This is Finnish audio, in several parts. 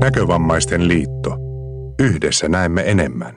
Näkövammaisten liitto. Yhdessä näemme enemmän.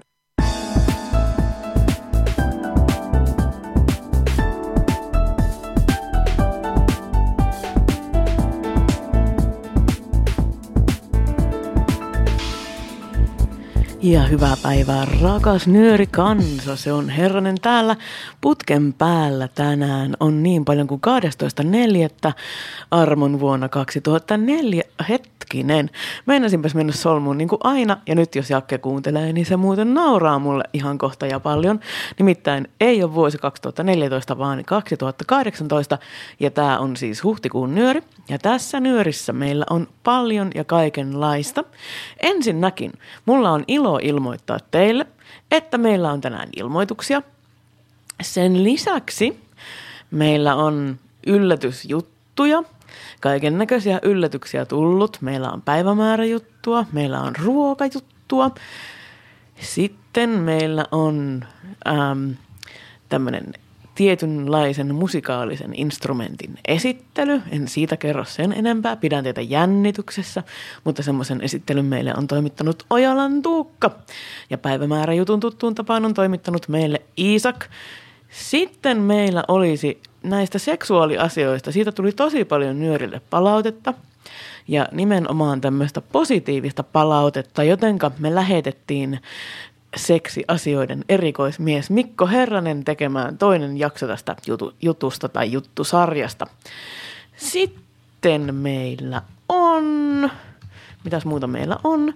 Ja hyvää päivää, rakas nyörikansa. Se on Herranen täällä putken päällä tänään. On niin paljon kuin 12.4. armon vuonna 2004. Hetkinen. Meinasinpäs mennä solmuun niin kuin aina. Ja nyt jos Jakke kuuntelee, niin se muuten nauraa mulle ihan kohta ja paljon. Nimittäin ei ole vuosi 2014, vaan 2018. Ja tää on siis huhtikuun nyöri. Ja tässä nyörissä meillä on paljon ja kaikenlaista. Ensinnäkin mulla on ilo ilmoittaa teille, että meillä on tänään ilmoituksia. Sen lisäksi meillä on yllätysjuttuja, kaiken näköisiä yllätyksiä tullut. Meillä on päivämääräjuttua, meillä on ruokajuttua. Sitten meillä on tämmöinen tietynlaisen musikaalisen instrumentin esittely. En siitä kerro sen enempää, pidän teitä jännityksessä, mutta semmoisen esittelyn meille on toimittanut Ojalan Tuukka. Ja päivämääräjutun tuttuun tapaan on toimittanut meille Iisak. Sitten meillä olisi näistä seksuaaliasioista, siitä tuli tosi paljon nyörille palautetta. Ja nimenomaan tämmöistä positiivista palautetta, jotenka me lähetettiin seksiasioiden erikoismies Mikko Herranen tekemään toinen jakso tästä jutusta tai juttusarjasta. Sitten meillä on, mitäs muuta meillä on?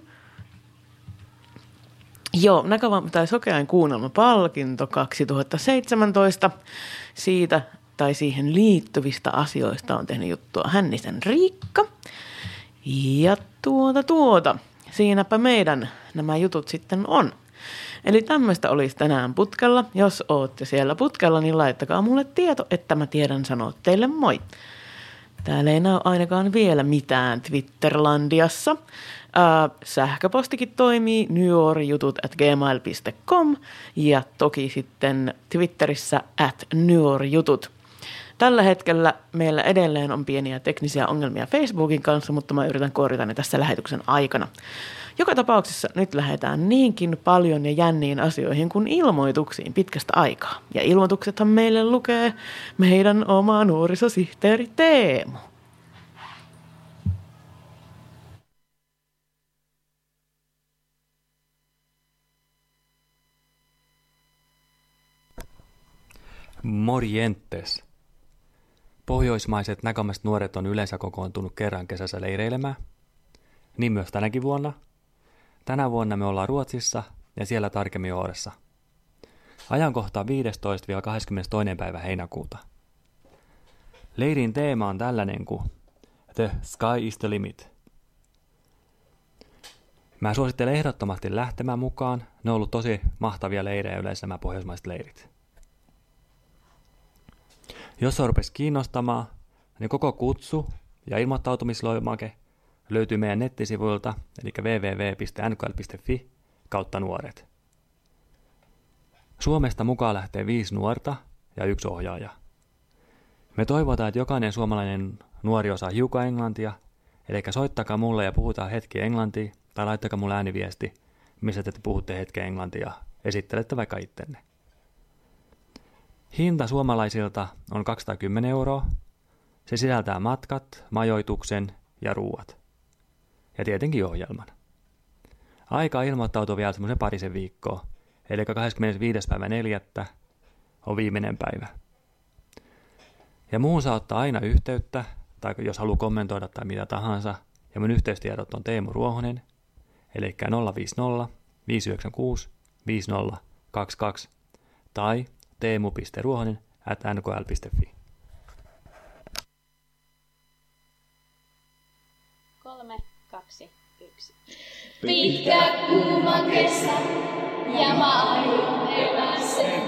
Joo, tai Sokeain kuunnelmapalkinto 2017. Siitä tai siihen liittyvistä asioista on tehnyt juttua Hännisen Riikka. Ja siinäpä meidän nämä jutut sitten on. Eli tämmöistä olisi tänään putkella. Jos ootte siellä putkella, niin laittakaa mulle tieto, että mä tiedän sanoa teille moi. Täällä ei näy ainakaan vielä mitään Twitterlandiassa. Sähköpostikin toimii nyorjutut@gmail.com ja toki sitten Twitterissä @nyorjutut. Tällä hetkellä meillä edelleen on pieniä teknisiä ongelmia Facebookin kanssa, mutta mä yritän korjata ne tässä lähetyksen aikana. Joka tapauksessa nyt lähdetään niinkin paljon ja jänniin asioihin kuin ilmoituksiin pitkästä aikaa. Ja ilmoituksethan meille lukee meidän oma nuorisosihteeri Teemu. Morjentes. Pohjoismaiset näkömäiset nuoret on yleensä kokoontunut kerran kesässä leireilemään. Niin myös tänäkin vuonna. Tänä vuonna me ollaan Ruotsissa ja siellä tarkemmin Åressa. Ajankohta 15-22. päivä heinäkuuta. Leirin teema on tällainen kuin The Sky is the Limit. Mä suosittelen ehdottomasti lähtemään mukaan. Ne on ollut tosi mahtavia leirejä yleensä nämä pohjoismaiset leirit. Jos se rupesi kiinnostamaan, niin koko kutsu ja ilmoittautumisloimake löytyy meidän nettisivuilta, eli www.nkl.fi/nuoret. Suomesta mukaan lähtee 5 nuorta ja 1 ohjaaja. Me toivotaan, että jokainen suomalainen nuori osaa hiukan englantia, eli soittakaa mulle ja puhutaan hetki englantia, tai laittakaa mulle ääniviesti, missä te puhutte hetken englantia, esittelette vaikka ittenne. Hinta suomalaisilta on 210 €. Se sisältää matkat, majoituksen ja ruuat. Ja tietenkin ohjelman. Aika ilmoittautuu vielä semmoisen parisen viikkoa, eli 25.4. on viimeinen päivä. Ja muun saa ottaa aina yhteyttä, tai jos haluaa kommentoida tai mitä tahansa, ja mun yhteystiedot on Teemu Ruohonen, eli 050 596 5022 tai teemu.ruohonen@nkl.fi. 3, 2, 1. Pitkä kuuma kesä ja mä aion elää sen.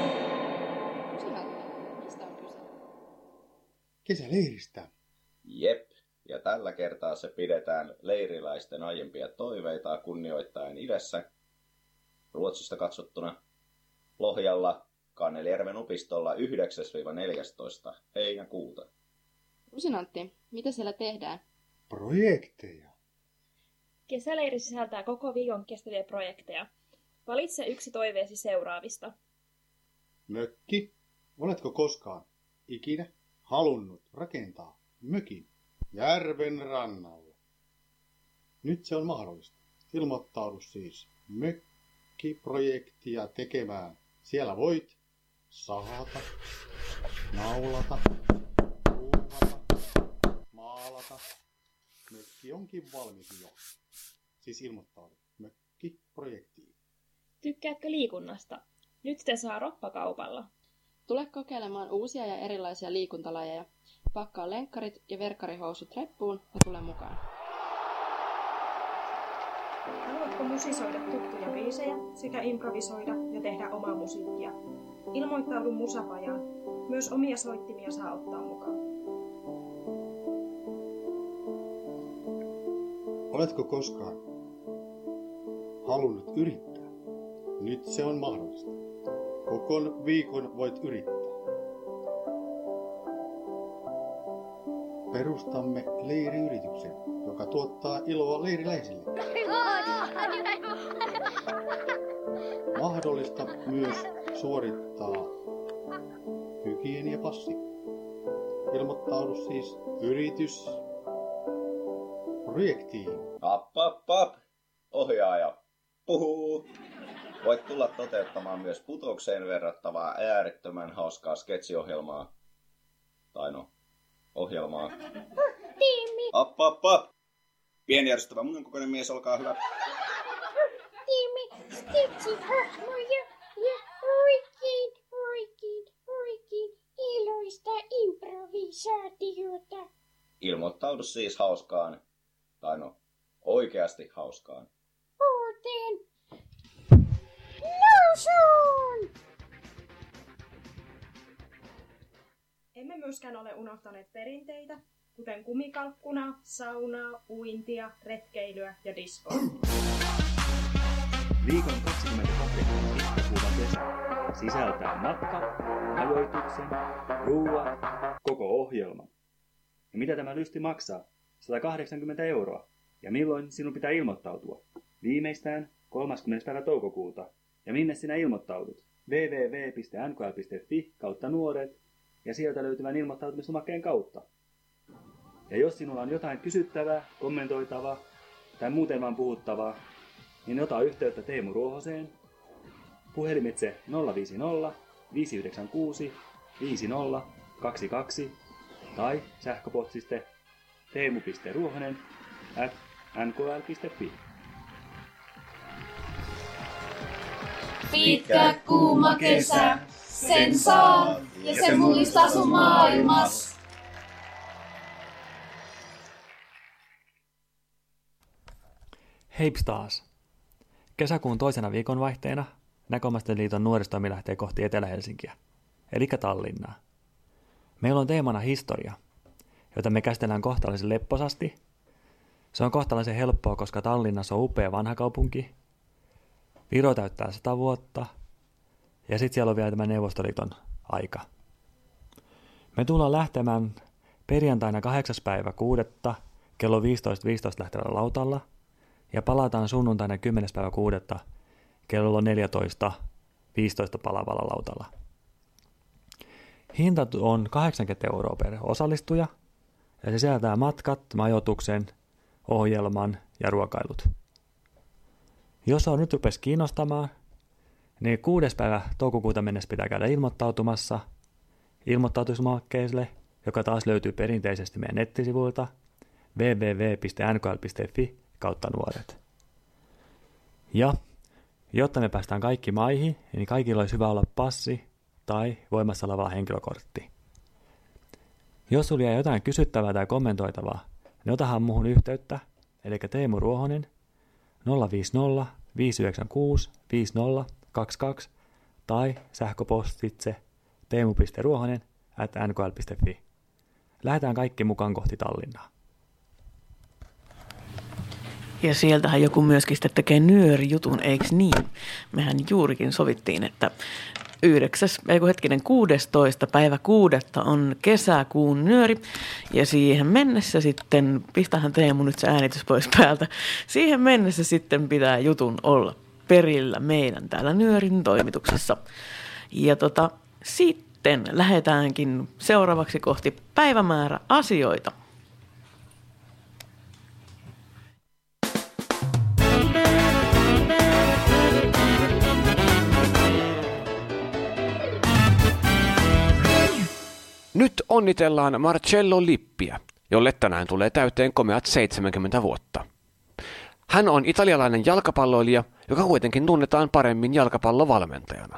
Mistä on kyse? Kesäleiristä. Jep, ja tällä kertaa se pidetään leiriläisten aiempia toiveita kunnioittaen idässä, Ruotsista katsottuna, Lohjalla, Kannelijärven upistolla 9-14. heinäkuuta. Usinantti, mitä siellä tehdään? Projekteja. Kesäleiri sisältää koko viikon kestäviä projekteja. Valitse yksi toiveesi seuraavista. Mökki. Oletko koskaan ikinä halunnut rakentaa mökin järven rannalle? Nyt se on mahdollista. Ilmoittaudu siis mökkiprojektia tekemään. Siellä voit sahata, naulata, ruuvata, maalata. Mökki onkin valmis jo. Siis ilmoittaudu mökkiprojektiin. Tykkäätkö liikunnasta? Nyt te saa roppakaupalla. Tule kokeilemaan uusia ja erilaisia liikuntalajeja. Pakkaa lenkkarit ja verkkarihousut reppuun ja tule mukaan. Haluatko musisoida tuttuja biisejä sekä improvisoida ja tehdä omaa musiikkia? Ilmoittaudu musapajaan. Myös omia soittimia saa ottaa mukaan. Oletko koskaan halunnut yrittää? Nyt se on mahdollista. Koko viikon voit yrittää. Perustamme leiriyrityksen, joka tuottaa iloa leiriläisille. Mahdollista myös suorittaa hygieniapassi. Ilmoittaudu siis yritysprojektiin. App. Ohjaaja puhuu. Voit tulla toteuttamaan myös Putokseen verrattavaa äärettömän hauskaa sketsiohjelmaa. Tai no, ohjelmaa. Tiimi! App! Pieni järjestävä munankokoinen mies, olkaa hyvä. Tiimi! Stitchi-hahmoja ja oikein iloista improvisaatiota. Ilmoittaudu siis hauskaan. Tai no, oikeasti hauskaan. Uuteen nousuun! Emme myöskään ole unohtaneet perinteitä, kuten kumikalkkunaa, saunaa, uintia, retkeilyä ja diskoa. Viikon 28. kesäkuuta kesä sisältää matkat, ajoituksen, ruuat, koko ohjelman. Ja mitä tämä lysti maksaa? 180 €. Ja milloin sinun pitää ilmoittautua? Viimeistään 30. päivä toukokuuta. Ja minne sinä ilmoittaudut? www.nkl.fi/nuoret ja sieltä löytyvän ilmoittautumislomakkeen kautta. Ja jos sinulla on jotain kysyttävää, kommentoitavaa tai muuten vaan puhuttavaa, niin ota yhteyttä Teemu Ruohoseen puhelimitse 050 596 5022 tai sähköpostiste teemu.ruohonen@nkl.fi. Pitkä kuuma kesä, sen saa ja se mullistaa sun maailmas. Heips taas! Kesäkuun toisena viikonvaihteena Näkömasten liiton nuoristoimi lähtee kohti Etelä-Helsinkiä, eli Tallinnaa. Meillä on teemana historia, jota me käsitellään kohtalaisen lepposasti. Se on kohtalaisen helppoa, koska Tallinnassa on upea vanha kaupunki. Viro täyttää 100 vuotta. Ja sitten siellä on vielä tämä Neuvostoliiton aika. Me tullaan lähtemään perjantaina 8.6. kello 15.15 lähtevällä lautalla. Ja palataan sunnuntaina 10.6. kello 14.15 palaavalla lautalla. Hinta on 80 € per osallistuja. Ja se sisältää matkat, majoituksen, ohjelman ja ruokailut. Jos on nyt rupesi kiinnostamaan, niin 6. päivä toukokuuta mennessä pitää käydä ilmoittautumassa ilmoittautumislomakkeelle, joka taas löytyy perinteisesti meidän nettisivuilta www.nkl.fi/nuoret. Ja jotta me päästään kaikki maihin, niin kaikilla olisi hyvä olla passi tai voimassa oleva henkilökortti. Jos sulla jää jotain kysyttävää tai kommentoitavaa, niin otahan muuhun yhteyttä, eli Teemu Ruohonen 050 596 5022 tai sähköpostitse teemu.ruohonen@nkl.fi. Lähdetään kaikki mukaan kohti Tallinnaa. Ja sieltähän joku myöskin sitten tekee nyörijutun, eiks niin? Mehän juurikin sovittiin, että 16. päivä 6. on kesäkuun nyöri ja siihen mennessä sitten, pistähän Teemu nyt se äänitys pois päältä, siihen mennessä sitten pitää jutun olla perillä meidän täällä nyörin toimituksessa. Ja sitten lähdetäänkin seuraavaksi kohti päivämäärä asioita. Nyt onnitellaan Marcello Lippiä, jolle tänään tulee täyteen komeat 70 vuotta. Hän on italialainen jalkapalloilija, joka kuitenkin tunnetaan paremmin jalkapallovalmentajana.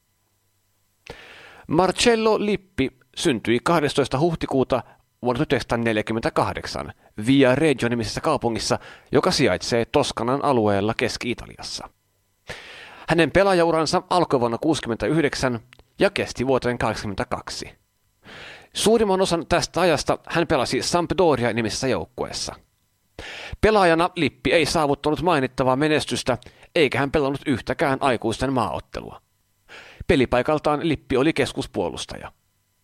Marcello Lippi syntyi 12. huhtikuuta vuonna 1948 Viareggio-nimisessä kaupungissa, joka sijaitsee Toskanan alueella Keski-Italiassa. Hänen pelaajauransa alkoi vuonna 1969 ja kesti vuoteen 1982. Suurimman osan tästä ajasta hän pelasi Sampdoria-nimisessä joukkueessa. Pelaajana Lippi ei saavuttanut mainittavaa menestystä, eikä hän pelannut yhtäkään aikuisten maaottelua. Pelipaikaltaan Lippi oli keskuspuolustaja.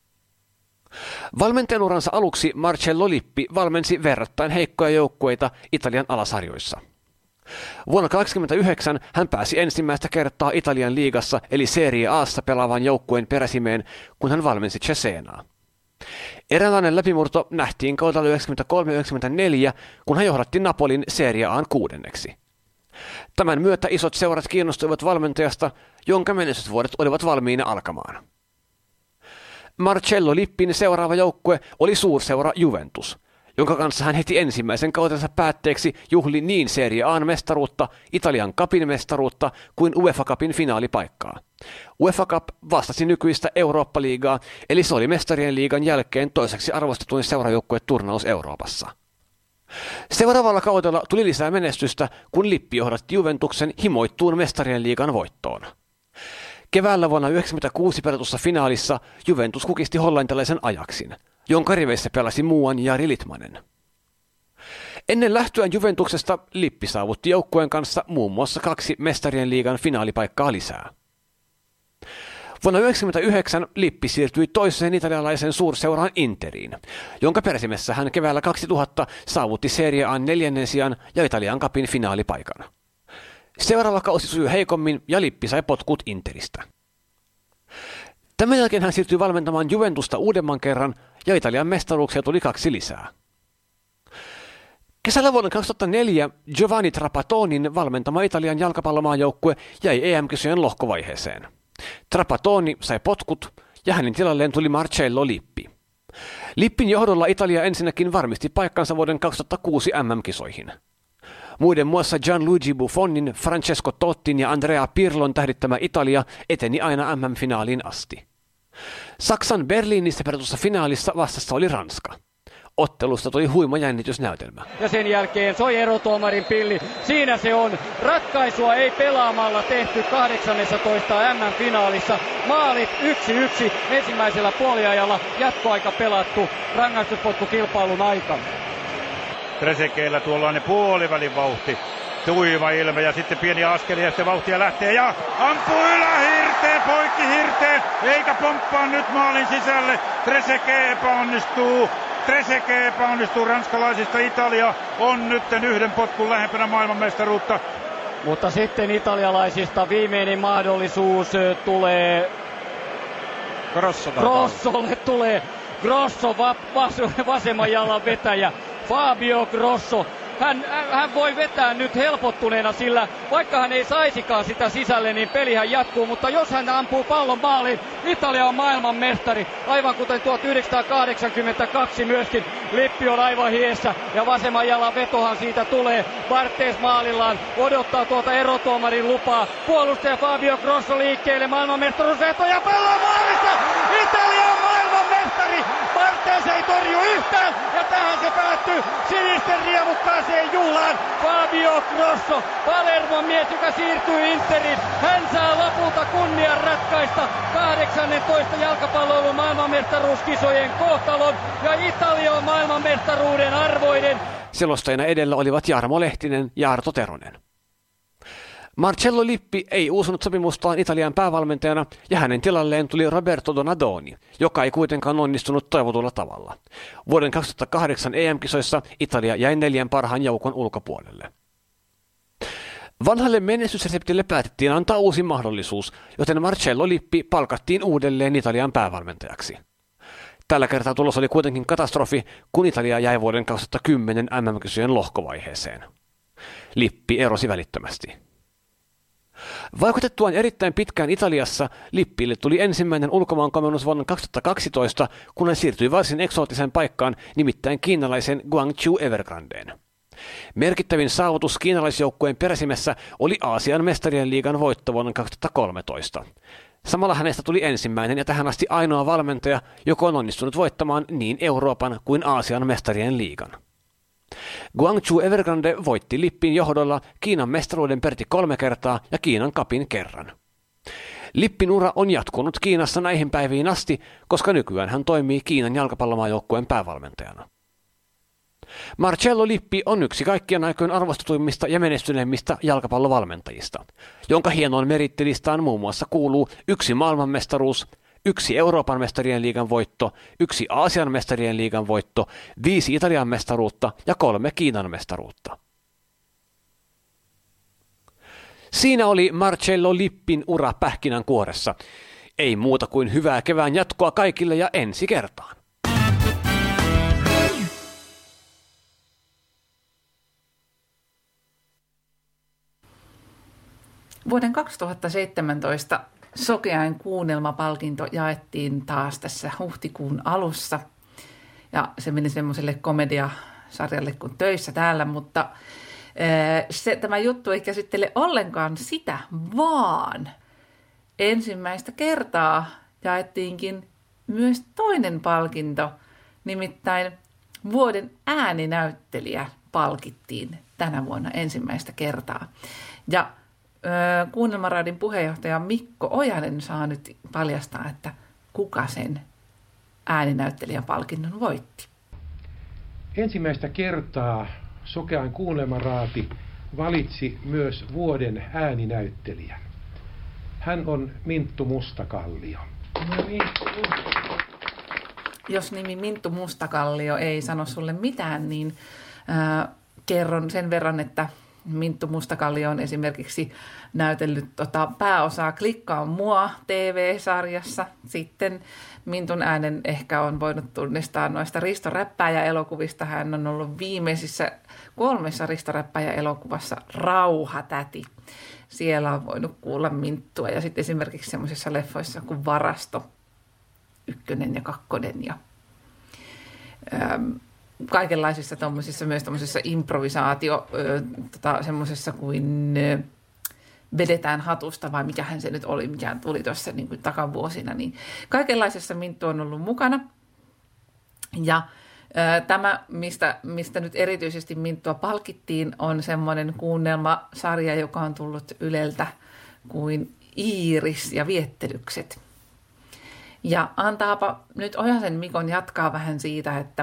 Valmentajanuransa aluksi Marcello Lippi valmensi verrattain heikkoja joukkueita Italian alasarjoissa. Vuonna 1929 hän pääsi ensimmäistä kertaa Italian liigassa eli Serie A:ssa pelaavan joukkueen peräsimeen, kun hän valmensi Cesenaa. Eräänlainen läpimurto nähtiin kaudella 1993-1994, kun hän johdatti Napolin Serie A:n 6. Tämän myötä isot seurat kiinnostuivat valmentajasta, jonka menestysvuodet olivat valmiina alkamaan. Marcello Lippin seuraava joukkue oli suurseura Juventus, jonka kanssa hän heti ensimmäisen kautensa päätteeksi juhli niin Serie A:n mestaruutta, Italian Cupin mestaruutta kuin UEFA Cupin finaalipaikkaa. UEFA Cup vastasi nykyistä Eurooppa-liigaa, eli se oli mestarien liigan jälkeen toiseksi arvostetuin seurajoukkueturnaus Euroopassa. Seuraavalla kaudella tuli lisää menestystä, kun Lippi johdatti Juventuksen himoittuun mestarien liigan voittoon. Keväällä vuonna 1996 pelatussa finaalissa Juventus kukisti hollantilaisen Ajaxin, jonka riveissä pelasi muuan Jari Litmanen. Ennen lähtöään Juventuksesta Lippi saavutti joukkueen kanssa muun muassa 2 mestarien liigan finaalipaikkaa lisää. Vuonna 1999 Lippi siirtyi toiseen italialaisen suurseuraan Interiin, jonka peräsimessä hän keväällä 2000 saavutti Serie A:n 4. sijan ja Italian Cupin finaalipaikan. Seuraava kausi sujui heikommin ja Lippi sai potkut Interistä. Tämän jälkeen hän siirtyi valmentamaan Juventusta uudemman kerran ja Italian mestaruuksia tuli 2 lisää. Kesällä vuonna 2004 Giovanni Trappattonin valmentama Italian jalkapallomaajoukkue jäi EM-kisojen lohkovaiheeseen. Trapattoni sai potkut ja hänen tilalleen tuli Marcello Lippi. Lippin johdolla Italia ensinnäkin varmisti paikkansa vuoden 2006 MM-kisoihin. Muiden muassa Gianluigi Buffonin, Francesco Tottin ja Andrea Pirlon tähdittämä Italia eteni aina MM-finaaliin asti. Saksan Berliinissä pelatussa finaalissa vastassa oli Ranska. Ottelusta tuli huima jännitysnäytelmä. Ja sen jälkeen soi erotuomarin pilli. Siinä se on. Ratkaisua ei pelaamalla tehty 18 MM-finaalissa. Maalit 1-1 ensimmäisellä puoliajalla. Jatkoaika pelattu rangaistuspotkukilpailun aikana. Trezeguet'llä tuollainen puolivälin vauhti. Tuiva ilme ja sitten pieni askeli ja sitten vauhtia lähtee ja ampuu ylähirteen, poikki hirteen, eikä pomppaa nyt maalin sisälle. Trezeguet epäonnistuu ranskalaisista. Italia on nyt 1 potkun lähempänä maailmanmestaruutta. Mutta sitten italialaisista viimeinen mahdollisuus tulee Grossolle tulee. Grosso vasemman jalan vetäjä. Fabio Grosso. Hän voi vetää nyt helpottuneena, sillä vaikka hän ei saisikaan sitä sisälle, niin pelihän jatkuu. Mutta jos hän ampuu pallon maaliin, Italia on maailmanmestari. Aivan kuten 1982 myöskin Lippi on aivan hiessä. Ja vasemman jalan vetohan siitä tulee. Bartes maalillaan odottaa tuota erotuomarin lupaa. Puolustaja Fabio Grosso liikkeelle, maailmanmestaruusveto ja pallon maalissa! Italia on maailmanmestari! Bartes ei torju yhtään ja tähän se päättyy sinisten riemukkaaseen juhlaan. Fabio Grosso, Palermon mies, joka siirtyy Interiin. Hän saa lopulta kunnian ratkaista 18 jalkapalloilun maailmanmestaruuskisojen kohtalon ja Italia on maailmanmestaruuden arvoinen. Selostajina edellä olivat Jarmo Lehtinen ja Arto Teronen. Marcello Lippi ei uusunut sopimustaan Italian päävalmentajana ja hänen tilalleen tuli Roberto Donadoni, joka ei kuitenkaan onnistunut toivotulla tavalla. Vuoden 2008 EM-kisoissa Italia jäi 4 parhaan joukon ulkopuolelle. Vanhalle menestysreseptille päätettiin antaa uusi mahdollisuus, joten Marcello Lippi palkattiin uudelleen Italian päävalmentajaksi. Tällä kertaa tulos oli kuitenkin katastrofi, kun Italia jäi vuoden 2010 MM-kisojen lohkovaiheeseen. Lippi erosi välittömästi. Vaikutettuaan erittäin pitkään Italiassa, Lippille tuli ensimmäinen ulkomaankomennus vuonna 2012, kun hän siirtyi varsin eksoottiseen paikkaan, nimittäin kiinalaisen Guangzhou Evergrandeen. Merkittävin saavutus kiinalaisjoukkueen peräsimessä oli Aasian mestarien liigan voitto vuonna 2013. Samalla hänestä tuli ensimmäinen ja tähän asti ainoa valmentaja, joka on onnistunut voittamaan niin Euroopan kuin Aasian mestarien liigan. Guangzhou Evergrande voitti Lippin johdolla Kiinan mestaruuden peräti 3 kertaa ja Kiinan cupin kerran. Lippin ura on jatkunut Kiinassa näihin päiviin asti, koska nykyään hän toimii Kiinan jalkapallomaajoukkueen päävalmentajana. Marcello Lippi on yksi kaikkien aikojen arvostetuimmista ja menestyneimmistä jalkapallovalmentajista, jonka hienoon merittilistaan muun muassa kuuluu 1 maailmanmestaruus, 1 Euroopan mestarien liigan voitto, 1 Aasian mestarien liigan voitto, 5 Italian mestaruutta ja 3 Kiinan mestaruutta. Siinä oli Marcello Lippin ura pähkinänkuoressa. Ei muuta kuin hyvää kevään jatkoa kaikille ja ensi kertaan. Vuoden 2017 Sokeain kuunnelmapalkinto jaettiin taas tässä huhtikuun alussa. Ja se meni semmoiselle komediasarjalle kuin Töissä täällä, mutta tämä juttu ei käsittele ollenkaan sitä, vaan ensimmäistä kertaa jaettiinkin myös toinen palkinto, nimittäin vuoden ääninäyttelijä palkittiin tänä vuonna ensimmäistä kertaa. Ja Kuunnelmaraadin puheenjohtaja Mikko Ojanen saa nyt paljastaa, että kuka sen ääninäyttelijän palkinnon voitti. Ensimmäistä kertaa Sokeain Kuunnelmaraati valitsi myös vuoden ääninäyttelijän. Hän on Minttu Mustakallio. Jos nimi Minttu Mustakallio ei sano sulle mitään, niin kerron sen verran, että Minttu Mustakallio on esimerkiksi näytellyt pääosaa Klikkaa mua TV-sarjassa. Sitten Mintun äänen ehkä on voinut tunnistaa noista Risto Räppääjä-elokuvista. Hän on ollut viimeisissä 3 Risto Räppääjä-elokuvassa Rauhatäti. Siellä on voinut kuulla Minttua ja sitten esimerkiksi semmoisissa leffoissa kuin Varasto 1 ja 2 ja kaikenlaisissa tommosissa, myös tommosissa improvisaatio, semmoisessa kuin vedetään hatusta, vai mikähän se nyt oli, mikä tuli tuossa niin kuin takavuosina, niin kaikenlaisessa Minttu on ollut mukana. Ja tämä, mistä nyt erityisesti Minttua palkittiin, on semmoinen kuunnelmasarja, joka on tullut Yleltä kuin Iiris ja Viettelykset. Ja antaapa nyt Ojasen Mikon jatkaa vähän siitä, että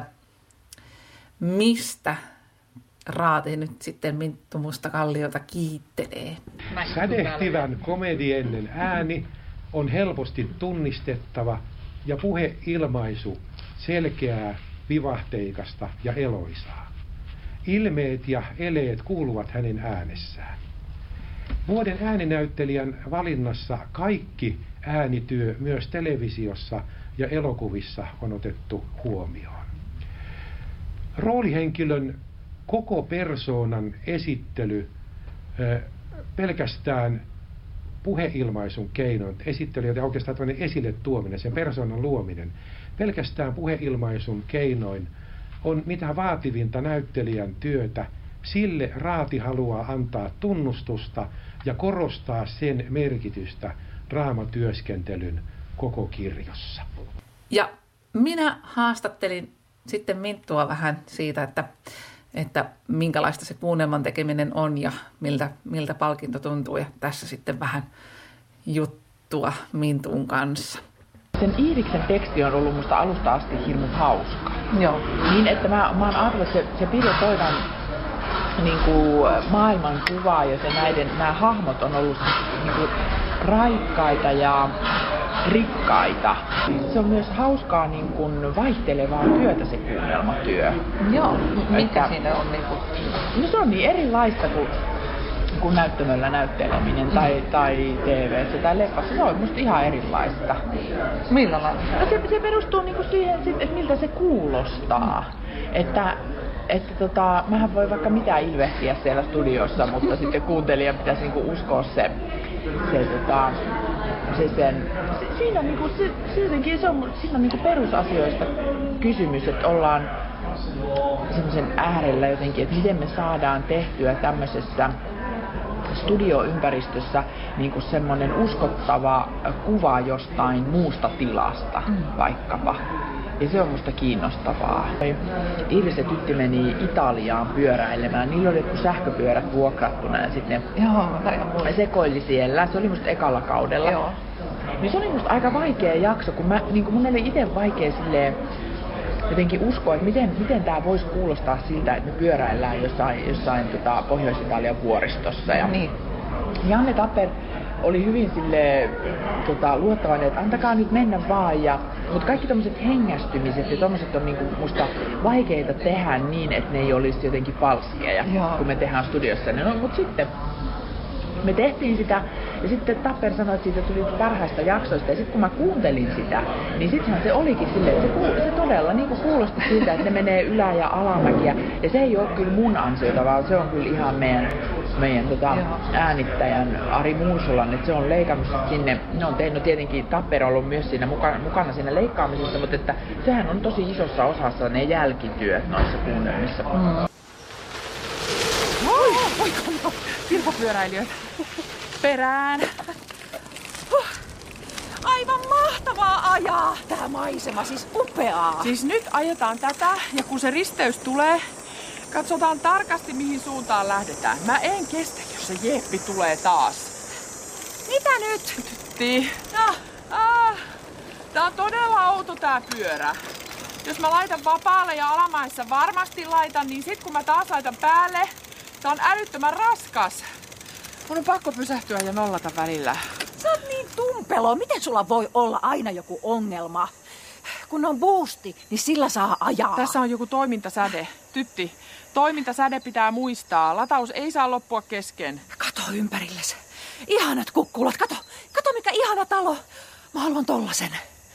mistä Raati nyt sitten Minttu Mustakalliota kiittelee. Sädehtivän komediennen ääni on helposti tunnistettava ja puheilmaisu selkeää, vivahteikasta ja eloisaa. Ilmeet ja eleet kuuluvat hänen äänessään. Vuoden ääninäyttelijän valinnassa kaikki äänityö myös televisiossa ja elokuvissa on otettu huomioon. Roolihenkilön koko persoonan esittely pelkästään puheilmaisun keinoin, esittely ja oikeastaan tämmöinen esille tuominen, sen persoonan luominen, pelkästään puheilmaisun keinoin on mitä vaativinta näyttelijän työtä. Sille Raati haluaa antaa tunnustusta ja korostaa sen merkitystä draamatyöskentelyn koko kirjossa. Ja minä haastattelin sitten Minttua vähän siitä, että minkälaista se kuunnelman tekeminen on ja miltä palkinto tuntuu. Ja tässä sitten vähän juttua Mintun kanssa. Sen Iiriksen teksti on ollut musta alusta asti hirmu hauska. Joo. Niin, että mä oon ajatellut, että se piirretään niinku maailmankuvaa, joten nämä hahmot on ollut niinku raikkaita ja rikkaita. Se on myös hauskaa niin kuin vaihtelevaa työtä se kuunnelmatyö. Joo, mikä siinä on? Niin kuin... No se on niin erilaista kuin näyttämöllä näytteleminen tai TV:ssä tai leffassa. Se on musta ihan erilaista. Millä lailla? No se perustuu niin kuin siihen, että miltä se kuulostaa. Että mähän voi vaikka mitä ilvehtiä siellä studiossa, mutta sitten kuuntelijan pitäisi niinku uskoa siinä on niinku siinä on niinku perusasioista kysymys, että ollaan semmoisen äärellä jotenkin, että miten me saadaan tehtyä tämmöisessä studioympäristössä niinku semmoinen uskottava kuva jostain muusta tilasta vaikkapa. Ja se on musta kiinnostavaa. Iiris ja tytti meni Italiaan pyöräilemään. Niillä oli joku sähköpyörät vuokrattuna ja sitten ne sekoili siellä. Se oli musta ekalla kaudella. Joo. Niin se oli musta aika vaikea jakso, kun mun oli itse vaikea silleen jotenkin uskoa, että miten tää voisi kuulostaa siltä, että me pyöräillään jossain Pohjois-Italian vuoristossa. Ja niin. Janne Tapper oli hyvin luottavainen, että antakaa nyt mennä vaan. Mutta kaikki tommoset hengästymiset ja tommoset on niinku musta vaikeita tehdä niin, että ne ei olisi jotenkin falskeja, kun me tehdään studiossa. No, mutta sitten me tehtiin sitä ja sitten Tapper sanoi, että siitä tuli parhaista jaksoista. Ja sitten kun mä kuuntelin sitä, niin sittenhän se olikin silleen, että se todella niinku kuulosti siltä, että ne menee ylä- ja alamäkiä. Ja se ei ole kyllä mun ansiota, vaan se on kyllä ihan meidän äänittäjän Ari Muursulan, että se on leikannut sinne, ne on tehnyt tietenkin Tapper ollut myös siinä mukana siinä leikkaamisessa, mutta että sehän on tosi isossa osassa ne jälkityöt noissa kuunnelmissa. Oi, kilpapyöräilijöitä perään. Aivan mahtavaa ajaa! Tää maisema, siis upeaa! Siis nyt ajetaan tätä ja kun se risteys tulee, katsotaan tarkasti mihin suuntaan lähdetään. Mä en kestä, jos se jeppi tulee taas. Mitä nyt? Tytti. Tää on todella outo tää pyörä. Jos mä laitan vapaalle ja alamaissa varmasti laitan, niin sit kun mä taas laitan päälle, tää on älyttömän raskas. Mun on pakko pysähtyä ja nollata välillä. Sä oot niin tumpelo. Miten sulla voi olla aina joku ongelma? Kun on boosti, niin sillä saa ajaa. Tässä on joku toimintasäde. Tytti, toimintasäde pitää muistaa. Lataus ei saa loppua kesken. Kato ympärillesi. Ihanat kukkulat. Kato mikä ihana talo. Mä haluan tollasen.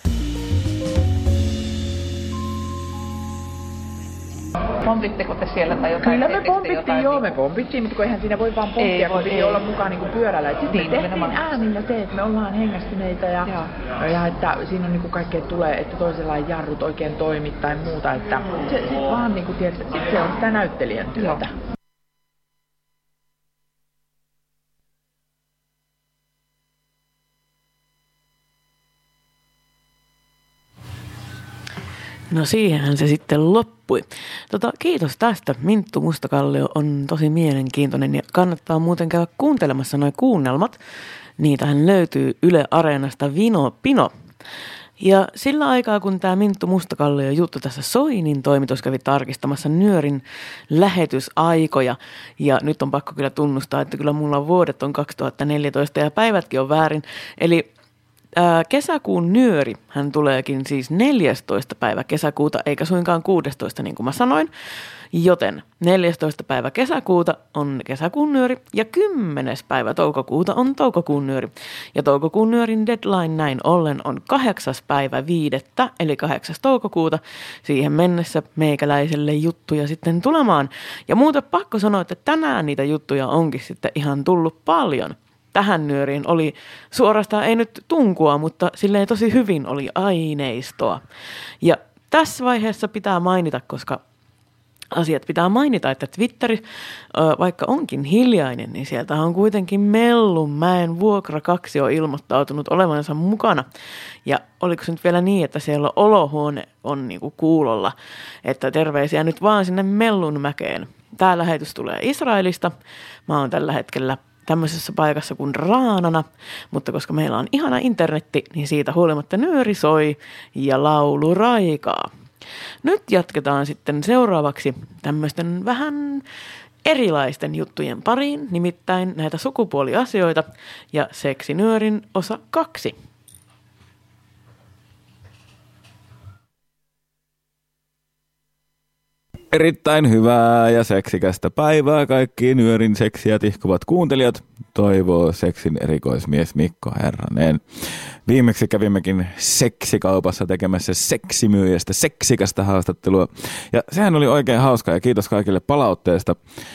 Pompitteko te siellä tai jotain? Kyllä me pompittiin, mutta kun eihän siinä voi vaan pomppia, kun piti olla mukaan niinku pyörällä. Sitten niin, me tehtiin äänillä se, että me ollaan hengästyneitä ja että siinä on niinku kaikkea tulee, että toisella ei jarrut oikein toimi tai muuta. Että se vaan niinku, tiedätkö, sit se on sitä näyttelijän työtä. No siihenhän se sitten loppui. Kiitos tästä. Minttu Mustakallio on tosi mielenkiintoinen ja kannattaa muuten käydä kuuntelemassa nuo kuunnelmat. Niitähän löytyy Yle Areenasta Vino Pino. Ja sillä aikaa, kun tämä Minttu Mustakallio juttu tässä soi, niin toimitus kävi tarkistamassa Nyörin lähetysaikoja. Ja nyt on pakko kyllä tunnustaa, että kyllä mulla vuodet on 2014 ja päivätkin on väärin. Eli kesäkuun Nyöri, hän tuleekin siis 14. päivä kesäkuuta, eikä suinkaan 16, niin kuin mä sanoin. Joten 14. päivä kesäkuuta on kesäkuun Nyöri ja 10. päivä toukokuuta on toukokuun Nyöri. Ja toukokuun Nyörin deadline näin ollen on 8. päivä 5. eli 8. toukokuuta. Siihen mennessä meikäläiselle juttuja sitten tulemaan. Ja muuten pakko sanoa, että tänään niitä juttuja onkin sitten ihan tullut paljon. Tähän Nyöriin oli suorastaan ei nyt tunkua, mutta silleen tosi hyvin oli aineistoa. Ja tässä vaiheessa pitää mainita, koska asiat pitää mainita, että Twitteri, vaikka onkin hiljainen, niin sieltä on kuitenkin Mellunmäen Vuokra 2 on ilmoittautunut olevansa mukana. Ja oliko se nyt vielä niin, että siellä olohuone on niinku kuulolla, että terveisiä nyt vaan sinne Mellunmäkeen. Tämä lähetys tulee Israelista. Mä oon tällä hetkellä tämmöisessä paikassa kuin Raanana, mutta koska meillä on ihana internetti, niin siitä huolimatta Nyöri soi ja laulu raikaa. Nyt jatketaan sitten seuraavaksi tämmöisten vähän erilaisten juttujen pariin, nimittäin näitä sukupuoliasioita ja Seksinyörin osa 2. Erittäin hyvää ja seksikästä päivää kaikki Nyörin seksiä tihkuvat kuuntelijat, toivoo seksin erikoismies Mikko Herranen. Viimeksi kävimmekin seksikaupassa tekemässä seksimyyjästä seksikästä haastattelua ja sehän oli oikein hauska ja kiitos kaikille palautteesta.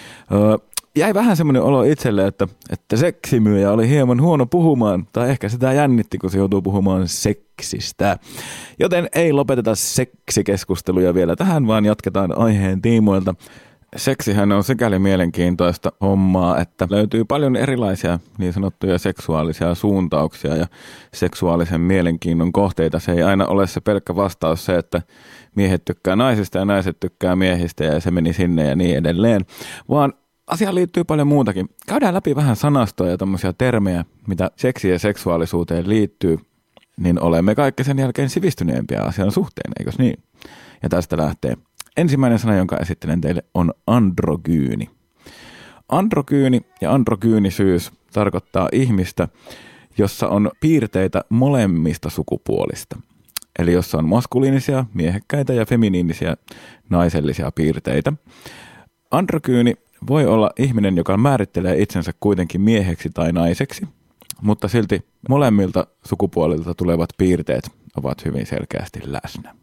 Jäi vähän semmoinen olo itselle, että seksimyyjä oli hieman huono puhumaan, tai ehkä sitä jännitti, kun se joutuu puhumaan seksistä. Joten ei lopeteta seksikeskusteluja vielä tähän, vaan jatketaan aiheen tiimoilta. Seksihän on sikäli mielenkiintoista hommaa, että löytyy paljon erilaisia niin sanottuja seksuaalisia suuntauksia ja seksuaalisen mielenkiinnon kohteita. Se ei aina ole se pelkkä vastaus se, että miehet tykkää naisista ja naiset tykkää miehistä ja se meni sinne ja niin edelleen, vaan asiaan liittyy paljon muutakin. Käydään läpi vähän sanastoja ja tommosia termejä, mitä seksiin ja seksuaalisuuteen liittyy, niin olemme kaikki sen jälkeen sivistyneempiä asian suhteen, eikös niin? Ja tästä lähtee. Ensimmäinen sana, jonka esittelen teille, on androgyyni. Androgyyni ja androgyynisyys tarkoittaa ihmistä, jossa on piirteitä molemmista sukupuolista. Eli jossa on maskuliinisia, miehekkäitä ja feminiinisiä, naisellisia piirteitä. Androgyyni voi olla ihminen, joka määrittelee itsensä kuitenkin mieheksi tai naiseksi, mutta silti molemmilta sukupuolilta tulevat piirteet ovat hyvin selkeästi läsnä.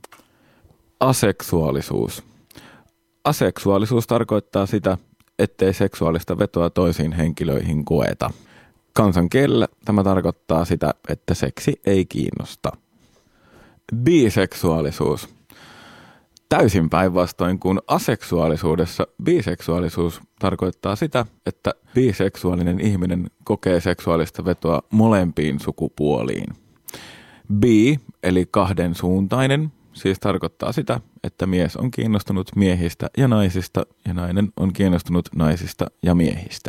Aseksuaalisuus. Aseksuaalisuus tarkoittaa sitä, ettei seksuaalista vetoa toisiin henkilöihin koeta. Kansankielellä tämä tarkoittaa sitä, että seksi ei kiinnosta. Biseksuaalisuus. Täysin päinvastoin kuin aseksuaalisuudessa, biseksuaalisuus tarkoittaa sitä, että biseksuaalinen ihminen kokee seksuaalista vetoa molempiin sukupuoliin. Bi, eli kahdensuuntainen, siis tarkoittaa sitä, että mies on kiinnostunut miehistä ja naisista ja nainen on kiinnostunut naisista ja miehistä.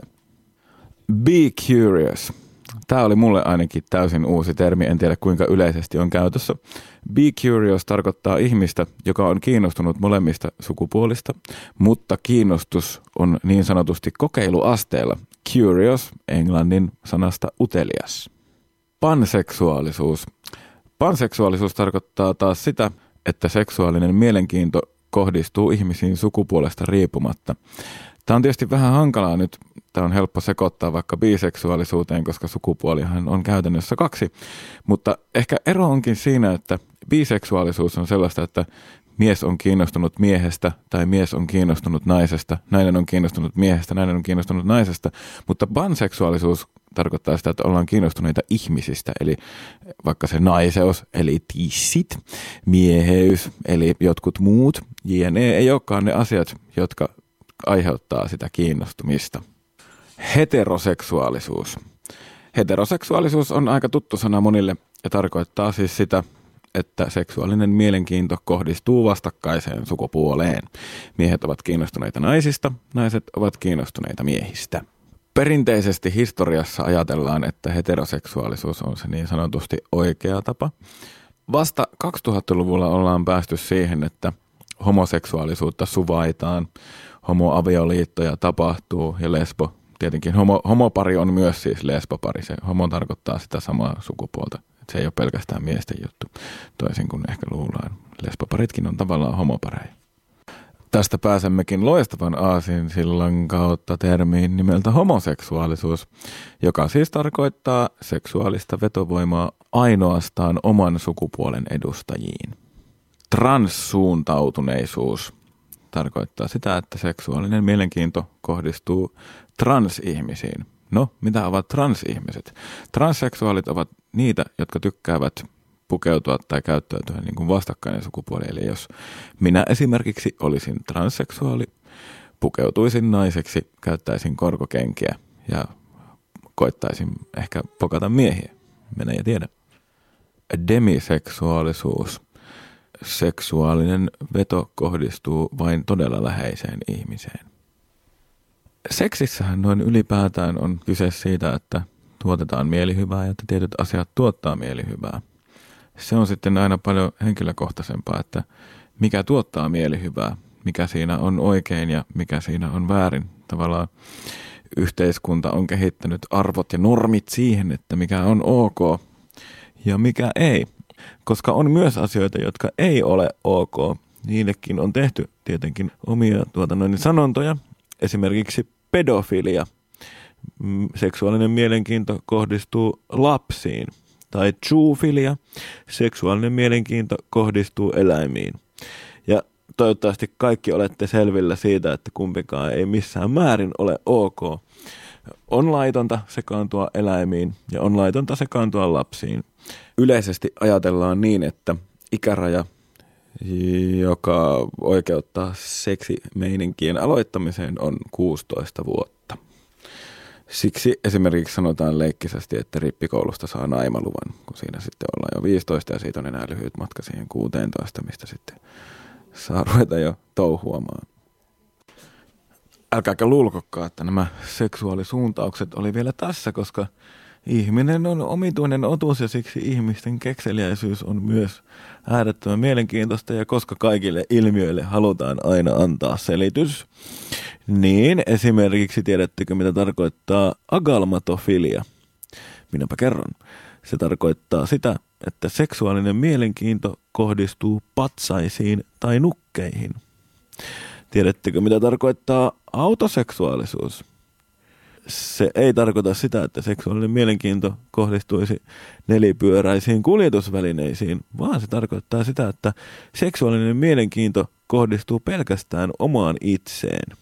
Be curious. Tämä oli mulle ainakin täysin uusi termi, en tiedä kuinka yleisesti on käytössä. Be curious tarkoittaa ihmistä, joka on kiinnostunut molemmista sukupuolista, mutta kiinnostus on niin sanotusti kokeiluasteella. Curious, englannin sanasta utelias. Panseksuaalisuus. Panseksuaalisuus tarkoittaa taas sitä, että seksuaalinen mielenkiinto kohdistuu ihmisiin sukupuolesta riippumatta. Tämä on tietysti vähän hankalaa nyt. Tämä on helppo sekoittaa vaikka biseksuaalisuuteen, koska sukupuolihan on käytännössä 2. Mutta ehkä ero onkin siinä, että biseksuaalisuus on sellaista, että mies on kiinnostunut miehestä tai mies on kiinnostunut naisesta, nainen on kiinnostunut miehestä, nainen on kiinnostunut naisesta. Mutta panseksuaalisuus tarkoittaa sitä, että ollaan kiinnostuneita ihmisistä, eli vaikka se naiseus, eli tissit, mieheys, eli jotkut muut, jne. Ei olekaan ne asiat, jotka aiheuttaa sitä kiinnostumista. Heteroseksuaalisuus. Heteroseksuaalisuus on aika tuttu sana monille ja tarkoittaa siis sitä, että seksuaalinen mielenkiinto kohdistuu vastakkaiseen sukupuoleen. Miehet ovat kiinnostuneita naisista, naiset ovat kiinnostuneita miehistä. Perinteisesti historiassa ajatellaan, että heteroseksuaalisuus on se niin sanotusti oikea tapa. Vasta 2000-luvulla ollaan päästy siihen, että homoseksuaalisuutta suvaitaan, homoavioliittoja tapahtuu ja lesbo. Tietenkin homopari on myös siis lesbopari. Se homo tarkoittaa sitä samaa sukupuolta. Et se ei ole pelkästään miesten juttu, toisin kuin ehkä luullaan. Lesboparitkin on tavallaan homopareja. Tästä pääsemmekin loistavan aasinsillan kautta termiin nimeltä homoseksuaalisuus, joka siis tarkoittaa seksuaalista vetovoimaa ainoastaan oman sukupuolen edustajiin. Transsuuntautuneisuus tarkoittaa sitä, että seksuaalinen mielenkiinto kohdistuu transihmisiin. No, mitä ovat transihmiset? Transseksuaalit ovat niitä, jotka tykkäävät pukeutua tai käyttäytyä niin kuin vastakkainen sukupuoli. Eli jos minä esimerkiksi olisin transseksuaali, pukeutuisin naiseksi, käyttäisin korkokenkiä ja koittaisin ehkä pokata miehiä. Mene ja tiedä. Demiseksuaalisuus. Seksuaalinen veto kohdistuu vain todella läheiseen ihmiseen. Seksissähän noin ylipäätään on kyse siitä, että tuotetaan mielihyvää ja että tietyt asiat tuottaa mielihyvää. Se on sitten aina paljon henkilökohtaisempaa, että mikä tuottaa mielihyvää, mikä siinä on oikein ja mikä siinä on väärin. Tavallaan yhteiskunta on kehittänyt arvot ja normit siihen, että mikä on ok ja mikä ei. Koska on myös asioita, jotka ei ole ok. Niillekin on tehty tietenkin omia sanontoja. Esimerkiksi pedofilia. Seksuaalinen mielenkiinto kohdistuu lapsiin. Tai zoofilia. Seksuaalinen mielenkiinto kohdistuu eläimiin. Ja toivottavasti kaikki olette selvillä siitä, että kumpikaan ei missään määrin ole ok. On laitonta sekaantua eläimiin ja on laitonta sekaantua lapsiin. Yleisesti ajatellaan niin, että ikäraja, joka oikeuttaa seksimeininkiin aloittamiseen, on 16 vuotta. Siksi esimerkiksi sanotaan leikkisesti, että rippikoulusta saa naimaluvan, kun siinä sitten ollaan jo 15 ja siitä on enää lyhyt matka siihen 16, mistä sitten saa ruveta jo touhuamaan. Älkääkä luulkokaan, että nämä seksuaalisuuntaukset oli vielä tässä, koska ihminen on omituinen otus ja siksi ihmisten kekseliäisyys on myös äärettömän mielenkiintoista ja koska kaikille ilmiöille halutaan aina antaa selitys, niin esimerkiksi tiedättekö mitä tarkoittaa agalmatofilia? Minäpä kerron. Se tarkoittaa sitä, että seksuaalinen mielenkiinto kohdistuu patsaisiin tai nukkeihin. Tiedättekö mitä tarkoittaa autoseksuaalisuus? Se ei tarkoita sitä, että seksuaalinen mielenkiinto kohdistuisi nelipyöräisiin kuljetusvälineisiin, vaan se tarkoittaa sitä, että seksuaalinen mielenkiinto kohdistuu pelkästään omaan itseen.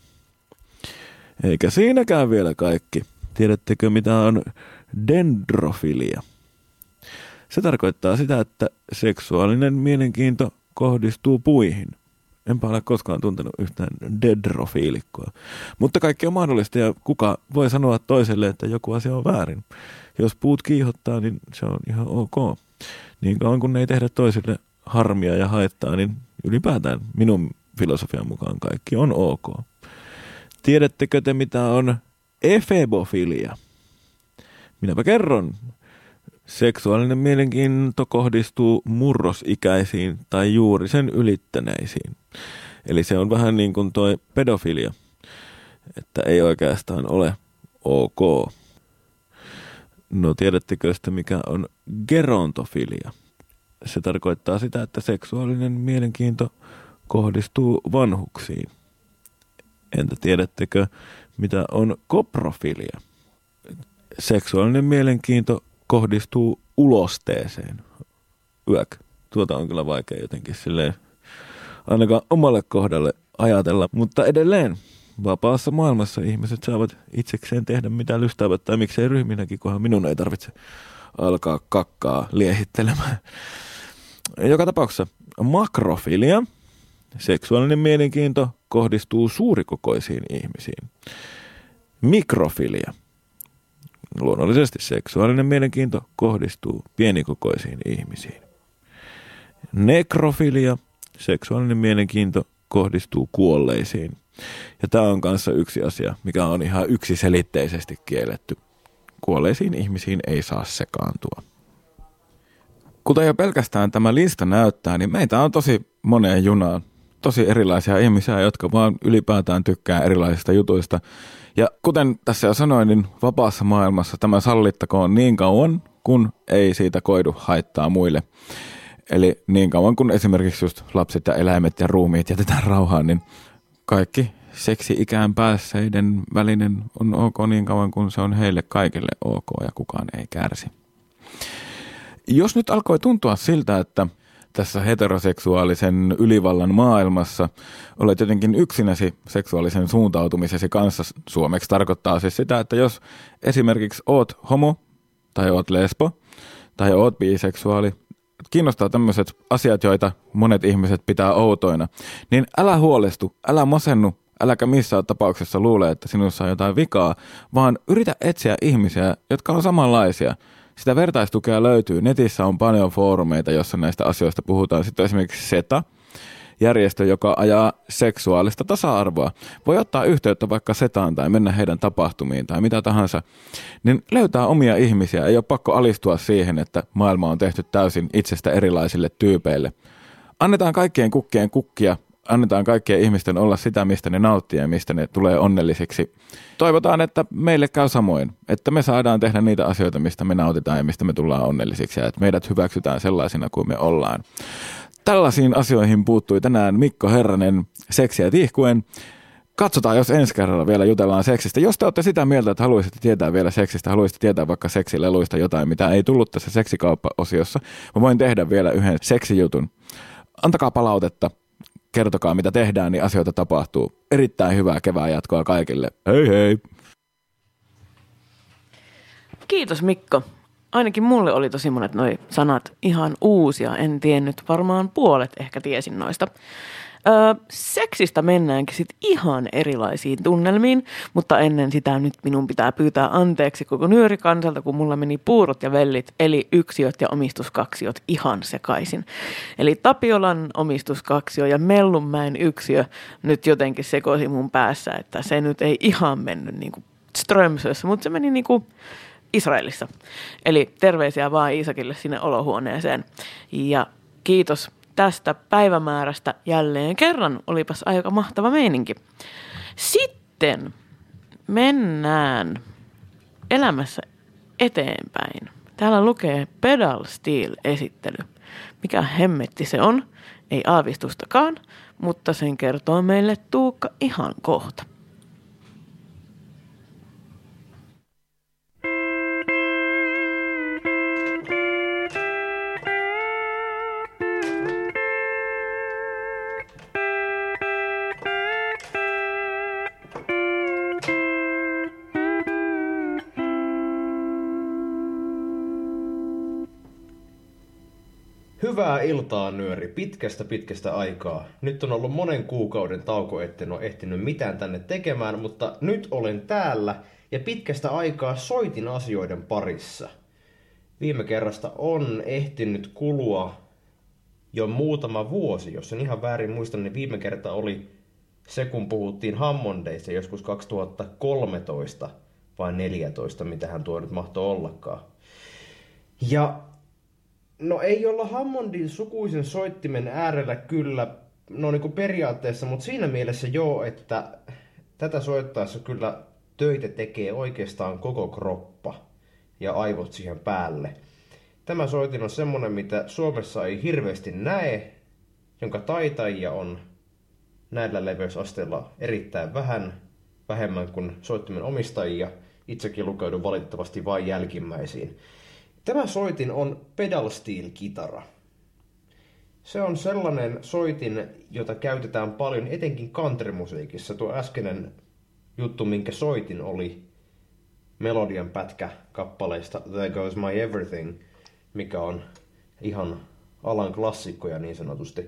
Eikä siinäkään vielä kaikki. Tiedättekö mitä on dendrofilia? Se tarkoittaa sitä, että seksuaalinen mielenkiinto kohdistuu puihin. Enpä ole koskaan tuntenut yhtään dendrofiilikkoa. Mutta kaikki on mahdollista ja kuka voi sanoa toiselle, että joku asia on väärin. Jos puut kiihottaa, niin se on ihan ok. Niin kauan kun ei tehdä toisille harmia ja haittaa, niin ylipäätään minun filosofian mukaan kaikki on ok. Tiedättekö te mitä on efebofilia? Minäpä kerron. Seksuaalinen mielenkiinto kohdistuu murrosikäisiin tai juuri sen ylittäneisiin. Eli se on vähän niin kuin toi pedofilia, että ei oikeastaan ole ok. No tiedättekö sitä mikä on gerontofilia? Se tarkoittaa sitä, että seksuaalinen mielenkiinto kohdistuu vanhuksiin. Entä tiedättekö mitä on koprofilia? Seksuaalinen mielenkiinto kohdistuu ulosteeseen. Tuota on kyllä vaikea jotenkin silleen ainakaan omalle kohdalle ajatella, mutta edelleen vapaassa maailmassa ihmiset saavat itsekseen tehdä mitä lystäävät tai miksei ryhminäkin, kunhan minun ei tarvitse alkaa kakkaa liehittelemään. Joka tapauksessa makrofilia, seksuaalinen mielenkiinto kohdistuu suurikokoisiin ihmisiin. Mikrofilia. Luonnollisesti seksuaalinen mielenkiinto kohdistuu pienikokoisiin ihmisiin. Nekrofilia, seksuaalinen mielenkiinto kohdistuu kuolleisiin. Ja tämä on kanssa yksi asia, mikä on ihan yksiselitteisesti kielletty. Kuolleisiin ihmisiin ei saa sekaantua. Kuten jo pelkästään tämä lista näyttää, niin meitä on tosi moneen junaan. Tosi erilaisia ihmisiä, jotka vaan ylipäätään tykkää erilaisista jutuista. Ja kuten tässä jo sanoin, niin vapaassa maailmassa tämä sallittakoon niin kauan, kun ei siitä koidu haittaa muille. Eli niin kauan kun esimerkiksi just lapset ja eläimet ja ruumiit jätetään rauhaan, niin kaikki seksi-ikään päässeiden välinen on ok niin kauan kun se on heille kaikille ok ja kukaan ei kärsi. Jos nyt alkoi tuntua siltä, että tässä heteroseksuaalisen ylivallan maailmassa olet jotenkin yksinäsi seksuaalisen suuntautumisesi kanssa, suomeksi tarkoittaa siis sitä, että jos esimerkiksi oot homo tai oot lesbo tai oot biseksuaali, kiinnostaa tämmöiset asiat, joita monet ihmiset pitää outoina, niin älä huolestu, älä masennu, äläkä missään tapauksessa luule, että sinussa on jotain vikaa, vaan yritä etsiä ihmisiä, jotka on samanlaisia. Sitä vertaistukea löytyy. Netissä on paljon foorumeita, jossa näistä asioista puhutaan. Sitten esimerkiksi SETA, järjestö, joka ajaa seksuaalista tasa-arvoa. Voi ottaa yhteyttä vaikka SETAan tai mennä heidän tapahtumiin tai mitä tahansa. Niin löytää omia ihmisiä. Ei ole pakko alistua siihen, että maailma on tehty täysin itsestä erilaisille tyypeille. Annetaan kaikkien kukkien kukkia. annetaan kaikkien ihmisten olla sitä, mistä ne nauttii ja mistä ne tulee onnellisiksi. Toivotaan, että meille käy samoin, että me saadaan tehdä niitä asioita, mistä me nautitaan ja mistä me tullaan onnellisiksi ja että meidät hyväksytään sellaisina kuin me ollaan. Tällaisiin asioihin puuttui tänään Mikko Herranen Seksiä tihkuen. Katsotaan, jos ensi kerralla vielä jutellaan seksistä. Jos te olette sitä mieltä, että haluaisitte tietää vielä seksistä, haluaisitte tietää vaikka seksileluista jotain, mitä ei tullut tässä seksikauppa-osiossa, mä voin tehdä vielä yhden seksijutun. Antakaa palautetta, kertokaa mitä tehdään, niin asioita tapahtuu. Erittäin hyvää kevään jatkoa kaikille. Hei hei! Kiitos Mikko. Ainakin mulle oli tosi monet noi sanat ihan uusia. En tiennyt, varmaan puolet ehkä tiesin noista. Seksistä mennäänkin sitten ihan erilaisiin tunnelmiin, mutta ennen sitä nyt minun pitää pyytää anteeksi koko nyörikansalta, kun mulla meni puurot ja vellit, eli yksiöt ja omistuskaksiot ihan sekaisin. Eli Tapiolan omistuskaksio ja Mellunmäen yksiö nyt jotenkin sekoisi mun päässä, että se nyt ei ihan mennyt niin kuin Strömsössä, mutta se meni niin kuin Israelissa. Eli terveisiä vaan Iisakille sinne olohuoneeseen ja kiitos tästä päivämäärästä jälleen kerran. Olipas aika mahtava meininki. Sitten mennään elämässä eteenpäin. Täällä lukee Pedal Steel-esittely. Mikä hemmetti se on? Ei aavistustakaan, mutta sen kertoo meille Tuukka ihan kohta. Hyvää iltaa, nyöri. Pitkästä aikaa. Nyt on ollut monen kuukauden tauko, etten ole ehtinyt mitään tänne tekemään, mutta nyt olen täällä ja pitkästä aikaa soitin asioiden parissa. Viime kerrasta on ehtinyt kulua jo muutama vuosi. Jos en ihan väärin muista, niin viime kerta oli se, kun puhuttiin Hammondeista joskus 2013 vai 2014, mitähän tuo nyt mahtoi ollakaan. Ja no ei olla Hammondin sukuisen soittimen äärellä kyllä, no niin kuin periaatteessa, mutta siinä mielessä joo, että tätä soittaessa kyllä töitä tekee oikeastaan koko kroppa ja aivot siihen päälle. Tämä soitin on semmonen, mitä Suomessa ei hirveästi näe, jonka taitajia on näillä leveysasteilla erittäin vähemmän kuin soittimen omistajia. Itsekin lukeudun valitettavasti vain jälkimmäisiin. Tämä soitin on pedal steel-kitara. Se on sellainen soitin, jota käytetään paljon etenkin countrymusiikissa. Tuo äskeinen juttu, minkä soitin, oli melodian pätkä kappaleista There Goes My Everything, mikä on ihan alan klassikkoja niin sanotusti.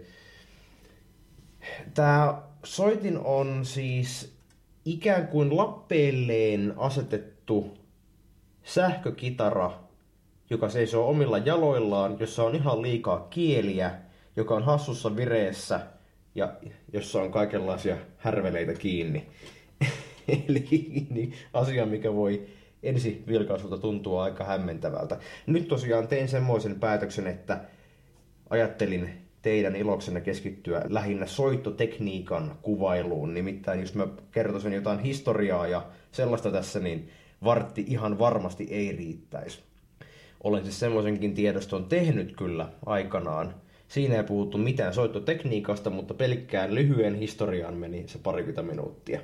Tämä soitin on siis ikään kuin lappeelleen asetettu sähkökitara, joka seisoo omilla jaloillaan, jossa on ihan liikaa kieliä, joka on hassussa vireessä ja jossa on kaikenlaisia härveleitä kiinni. Eli niin, asia, mikä voi ensi vilkaisulta tuntua aika hämmentävältä. Nyt tosiaan tein semmoisen päätöksen, että ajattelin teidän iloksenne keskittyä lähinnä soittotekniikan kuvailuun. Nimittäin jos mä kertoisin jotain historiaa ja sellaista tässä, niin vartti ihan varmasti ei riittäisi. Olen siis semmoisenkin tiedoston tehnyt kyllä aikanaan. Siinä ei puhuttu mitään soittotekniikasta, mutta pelkkään lyhyen historiaan meni se 20 minuuttia.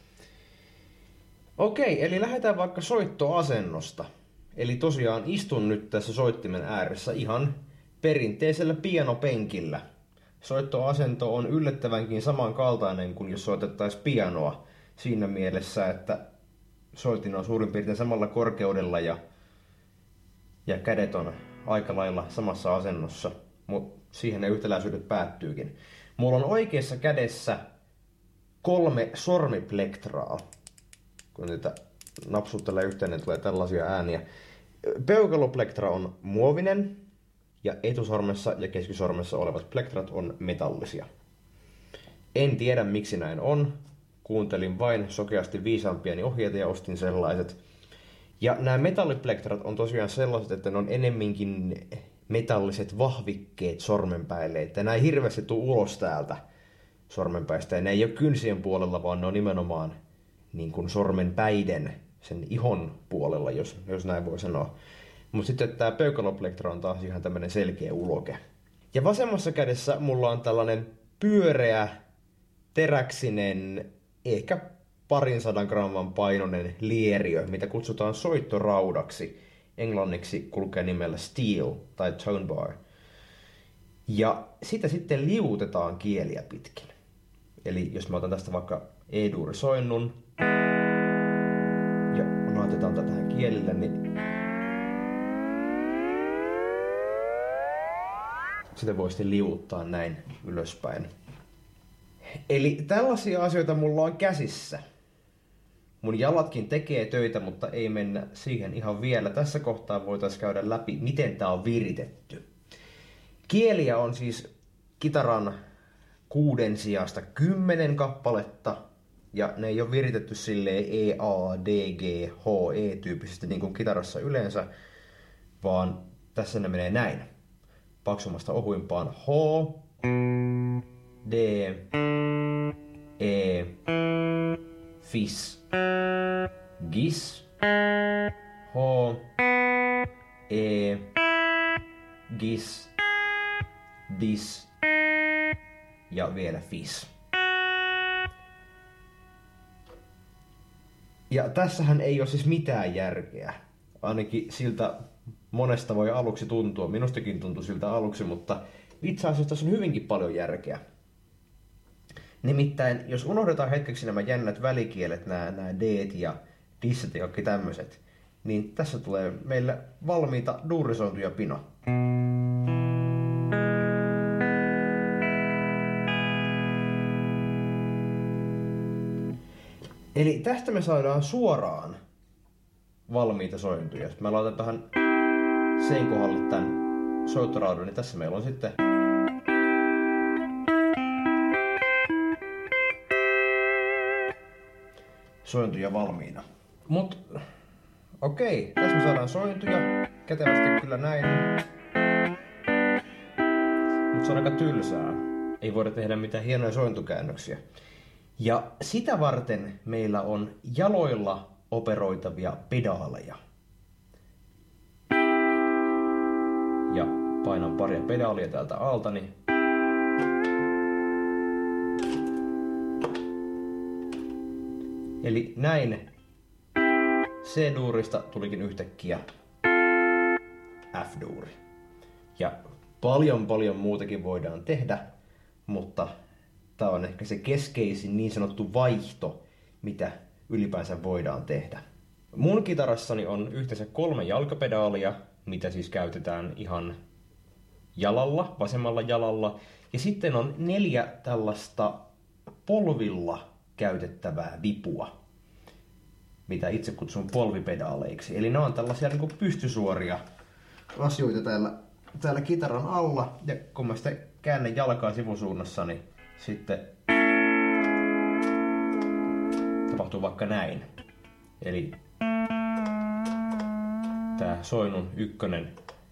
Okei, eli lähdetään vaikka soittoasennosta. Eli tosiaan istun nyt tässä soittimen ääressä ihan perinteisellä pianopenkillä. Soittoasento on yllättävänkin samankaltainen kuin jos soitettaisiin pianoa. Siinä mielessä, että soitin on suurin piirtein samalla korkeudella ja kädet on aika lailla samassa asennossa, mutta siihen ne yhtäläisyydet päättyykin. Mulla on oikeassa kädessä 3 sormiplektraa. Kun niitä napsuttelee yhteen, niin tulee tällaisia ääniä. Peukaloplektra on muovinen ja etusormessa ja keskisormessa olevat plektrat on metallisia. En tiedä miksi näin on. Kuuntelin vain sokeasti viisaampiani ohjeita ja ostin sellaiset. Ja nämä metalliplektrat on tosiaan sellaiset, että ne on enemminkin metalliset vahvikkeet sormenpäille, että nämä ei hirveästi tule ulos täältä. sormenpäistä. Ja ne ei ole kynsien puolella, vaan ne on nimenomaan niin kuin sormenpäiden, sen ihon puolella, jos näin voi sanoa. Mutta sitten tämä peukaloplektro on taas ihan tämmöinen selkeä uloke. Ja vasemmassa kädessä mulla on tällainen pyöreä, teräksinen, ehkä 200 gramman painoinen lieriö, mitä kutsutaan soittoraudaksi. Englanniksi kulkee nimellä steel tai tone bar. Ja sitä sitten liuutetaan kieliä pitkin. Eli jos mä otan tästä vaikka E-duurisoinnun ja laitetaan tätä tähän kielille, niin sitä voi sitten liuuttaa näin ylöspäin. Eli tällaisia asioita mulla on käsissä. Mun jalatkin tekee töitä, mutta ei mennä siihen ihan vielä. Tässä kohtaa voitaisiin käydä läpi, miten tää on viritetty. Kieliä on siis kitaran 6 sijasta 10 kappaletta. Ja ne ei ole viritetty silleen E, A, D, G, H, E tyyppisesti niin kuin kitarassa yleensä. Vaan tässä ne menee näin. Paksummasta ohuimpaan H, D, E, Fis, Gis, H, E, Gis, Dis ja vielä Fis. Ja tässähän ei ole siis mitään järkeä. Ainakin siltä monesta voi aluksi tuntua. Minustakin tuntui siltä aluksi, mutta itse asiassa tässä on hyvinkin paljon järkeä. Nimittäin, jos unohdetaan hetkeksi nämä jännät välikielet, nämä D ja disset ja kaikki tämmöiset, niin tässä tulee meille valmiita duurisointuja pino. Eli tästä me saadaan suoraan valmiita sointuja. Mä laitan tähän sen kohdalle tämän soittoraudan, niin tässä meillä on sitten sointuja valmiina. Mut okei, tässä me saadaan sointuja kätevästi kyllä näin. Mut se on aika tylsää. Ei voida tehdä mitään hienoja sointukäännöksiä. Ja sitä varten meillä on jaloilla operoitavia pedaaleja. Ja painan paria pedaalia täältä alta, niin eli näin C-duurista tulikin yhtäkkiä F-duuri. Ja paljon muutakin voidaan tehdä, mutta tää on ehkä se keskeisin niin sanottu vaihto, mitä ylipäänsä voidaan tehdä. Mun kitarassani on yhteensä 3 jalkapedaalia, mitä siis käytetään ihan jalalla, vasemmalla jalalla. Ja sitten on 4 tällaista polvilla käytettävää vipua, mitä itse kutsun polvipedaaleiksi. Eli ne on tällaisia niin kuin pystysuoria asioita täällä kitaran alla. Ja kun mä sitten käännän jalkaa sivusuunnassa, niin sitten tapahtuu vaikka näin. Eli tää soinnun ykkönen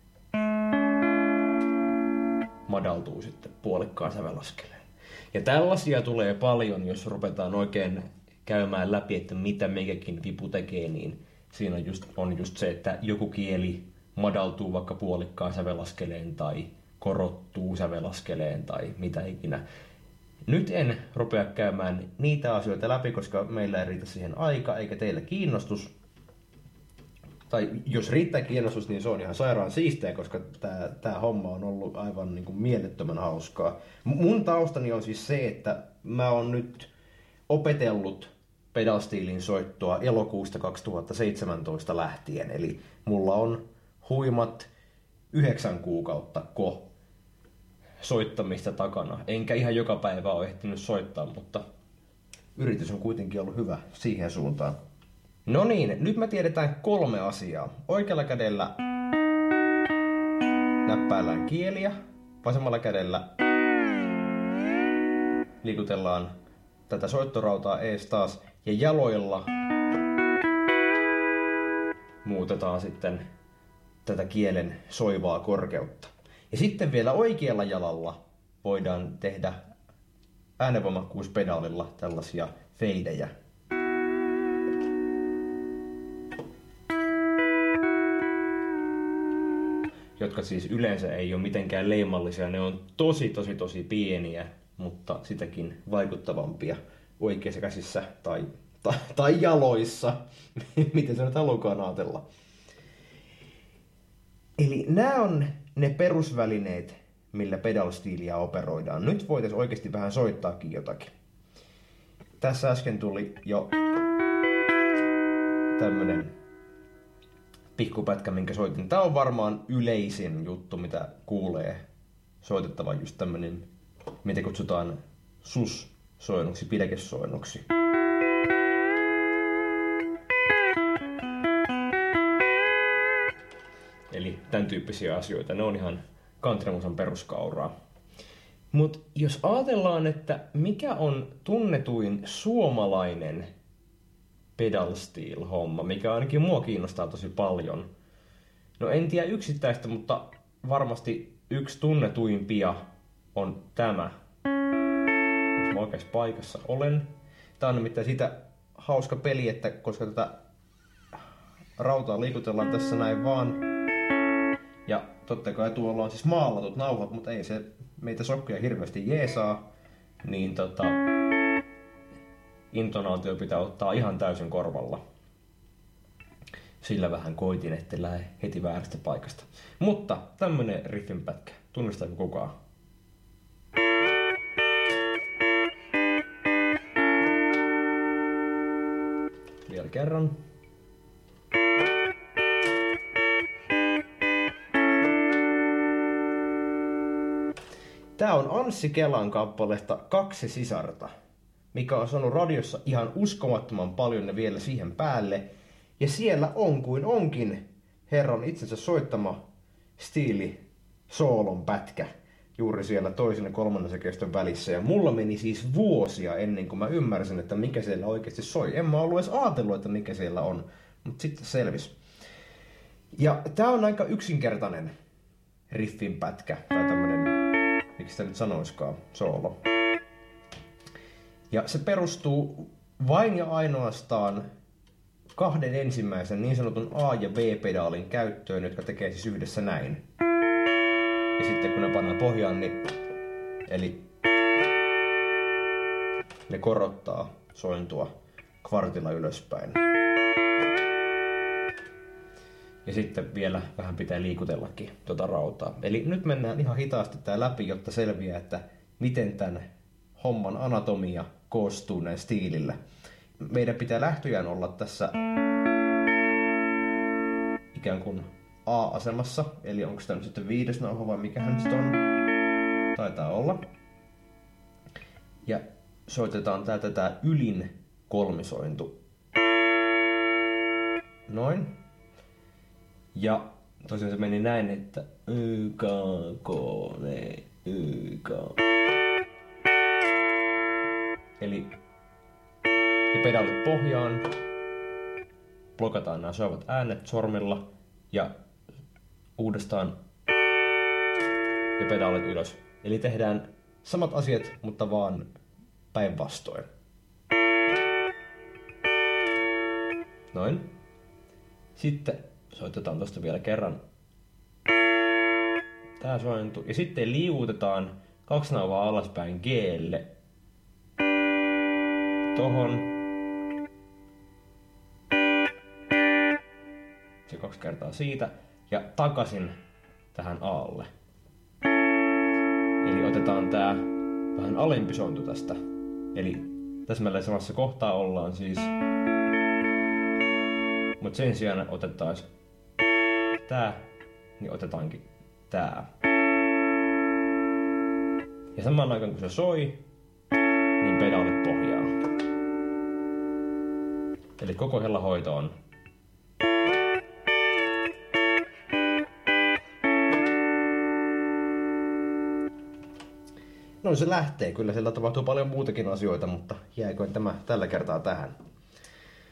madaltuu sitten puolikkaan sävelaskeleen. Ja tällaisia tulee paljon, jos ruvetaan oikein käymään läpi, että mitä mikäkin vipu tekee, niin siinä on just se, että joku kieli madaltuu vaikka puolikkaan sävelaskeleen tai korottuu sävelaskeleen tai mitä ikinä. Nyt en rupea käymään niitä asioita läpi, koska meillä ei riitä siihen aika eikä teillä kiinnostus. Tai jos riittää kiinnostus, niin se on ihan sairaan siistiä, koska tää homma on ollut aivan niin kuin mielettömän hauskaa. Mun taustani on siis se, että mä oon nyt opetellut pedalstiilin soittoa elokuusta 2017 lähtien. Eli mulla on huimat 9 kuukautta soittamista takana. Enkä ihan joka päivä ole ehtinyt soittaa, mutta yritys on kuitenkin ollut hyvä siihen suuntaan. No niin, nyt me tiedetään 3 asiaa. Oikealla kädellä näppäillään kieliä, vasemmalla kädellä liikutellaan tätä soittorautaa ees taas, ja jaloilla muutetaan sitten tätä kielen soivaa korkeutta. Ja sitten vielä oikealla jalalla voidaan tehdä äänenvoimakkuuspedaalilla tällaisia feidejä. Jotka siis yleensä ei ole mitenkään leimallisia. Ne on tosi pieniä, mutta sitäkin vaikuttavampia oikeissa käsissä tai jaloissa. Miten se nyt halukaan ajatella. Eli nämä on ne perusvälineet, millä pedal-stiiliä operoidaan. Nyt voitaisiin oikeasti vähän soittaakin jotakin. Tässä äsken tuli jo tämmönen pikkupätkä, minkä soitin. Tää on varmaan yleisin juttu, mitä kuulee soitettavan, just tämmönen, mitä kutsutaan sus-soinnuksi, pidekesoinnuksi. Eli tämän tyyppisiä asioita, ne on ihan countrymusan peruskauraa. Mut jos ajatellaan, että mikä on tunnetuin suomalainen pedal steel homma, mikä ainakin mua kiinnostaa tosi paljon. No en tiedä yksittäistä, mutta varmasti yksi tunnetuimpia on tämä. Jos mä oikeassa paikassa olen. Tää on nimittäin sitä hauska peli, että koska tätä rautaa liikutellaan tässä näin vaan. Ja totta kai tuolla on siis maalatut nauhat, mutta ei se meitä sokkia hirveästi jeesaa. Niin intonaatio pitää ottaa ihan täysin korvalla. Sillä vähän koitin, ettei lähde heti väärästä paikasta. Mutta tämmönen riffinpätkä. Tunnistaako kukaan? Vielä kerran. Tää on Anssi Kelan kappaleesta Kaksi sisarta, mikä on sanonut radiossa ihan uskomattoman paljon ja vielä siihen päälle. Ja siellä on kuin onkin herran itsensä soittama stiili soolon pätkä juuri siellä toisen ja kolmannen keston välissä. Ja mulla meni siis vuosia ennen kuin mä ymmärsin, että mikä siellä oikeasti soi. En mä ollut edes ajatellut, että mikä siellä on, mutta sitten selvisi. Ja tää on aika yksinkertainen riffin pätkä tai tämmönen, miksi sitä nyt sanoiskaan, soolo. Ja se perustuu vain ja ainoastaan kahden ensimmäisen niin sanotun A- ja B-pedaalin käyttöön, jotka tekee siis yhdessä näin. Ja sitten kun ne pannaan pohjaan, niin eli ne korottaa sointua kvartilla ylöspäin. Ja sitten vielä vähän pitää liikutellakin tuota rautaa. Eli nyt mennään ihan hitaasti tää läpi, jotta selviää, että miten tämän homman anatomia koostuu näin stiilillä. Meidän pitää lähtöjään olla tässä ikään kuin A-asemassa. Eli onko tämä nyt sitten 5. nauha vai mikähän sitten on? Taitaa olla. Ja soitetaan täältä tää ylin kolmisointu. Noin. Ja tosiaan se meni näin, että eli ja pedaalit pohjaan, blokataan nämä soivat äänet sormilla ja uudestaan ja pedaalit ylös. Eli tehdään samat asiat, mutta vaan päinvastoin. Noin. Sitten soitetaan tosta vielä kerran tää sointu. Ja sitten liuutetaan 2 nauhaa alaspäin G:lle. Tohon. Se 2 kertaa siitä. Ja takaisin tähän A:lle. Eli otetaan tää vähän alempi sointu tästä. Eli täsmälleen samassa kohtaa ollaan siis. Mutta sen sijaan otettaisiin tää, niin otetaankin tää. Ja samaan aikaan kun se soi, niin pedaalit pohjaa. Eli koko hellahoito on. No se lähtee, kyllä siellä tapahtuu paljon muutakin asioita, mutta jääköön tämä tällä kertaa tähän.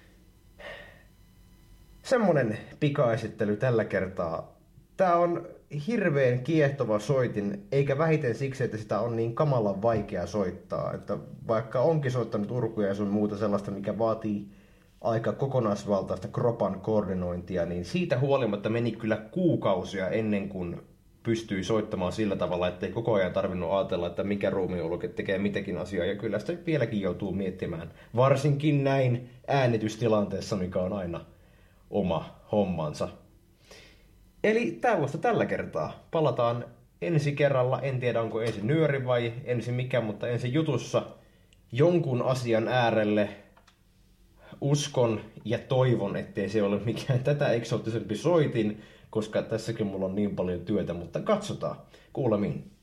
Semmonen pikaesittely tällä kertaa. Tää on hirveän kiehtova soitin, eikä vähiten siksi, että sitä on niin kamalan vaikea soittaa. Että vaikka onkin soittanut urkuja ja sun muuta sellaista, mikä vaatii aika kokonaisvaltaista kropan koordinointia, niin siitä huolimatta meni kyllä kuukausia ennen kuin pystyi soittamaan sillä tavalla, ettei koko ajan tarvinnut ajatella, että mikä ruumiinuluke tekee mitäkin asiaa, ja kyllä sitä vieläkin joutuu miettimään. Varsinkin näin äänitystilanteessa, mikä on aina oma hommansa. Eli tällaista tällä kertaa. Palataan ensi kerralla, en tiedä onko ensi nyöri vai ensi mikä, mutta ensi jutussa jonkun asian äärelle. Uskon ja toivon, ettei se ole mikään tätä eksoottisempi soitin, koska tässäkin mulla on niin paljon työtä, mutta katsotaan. Kuulemiin.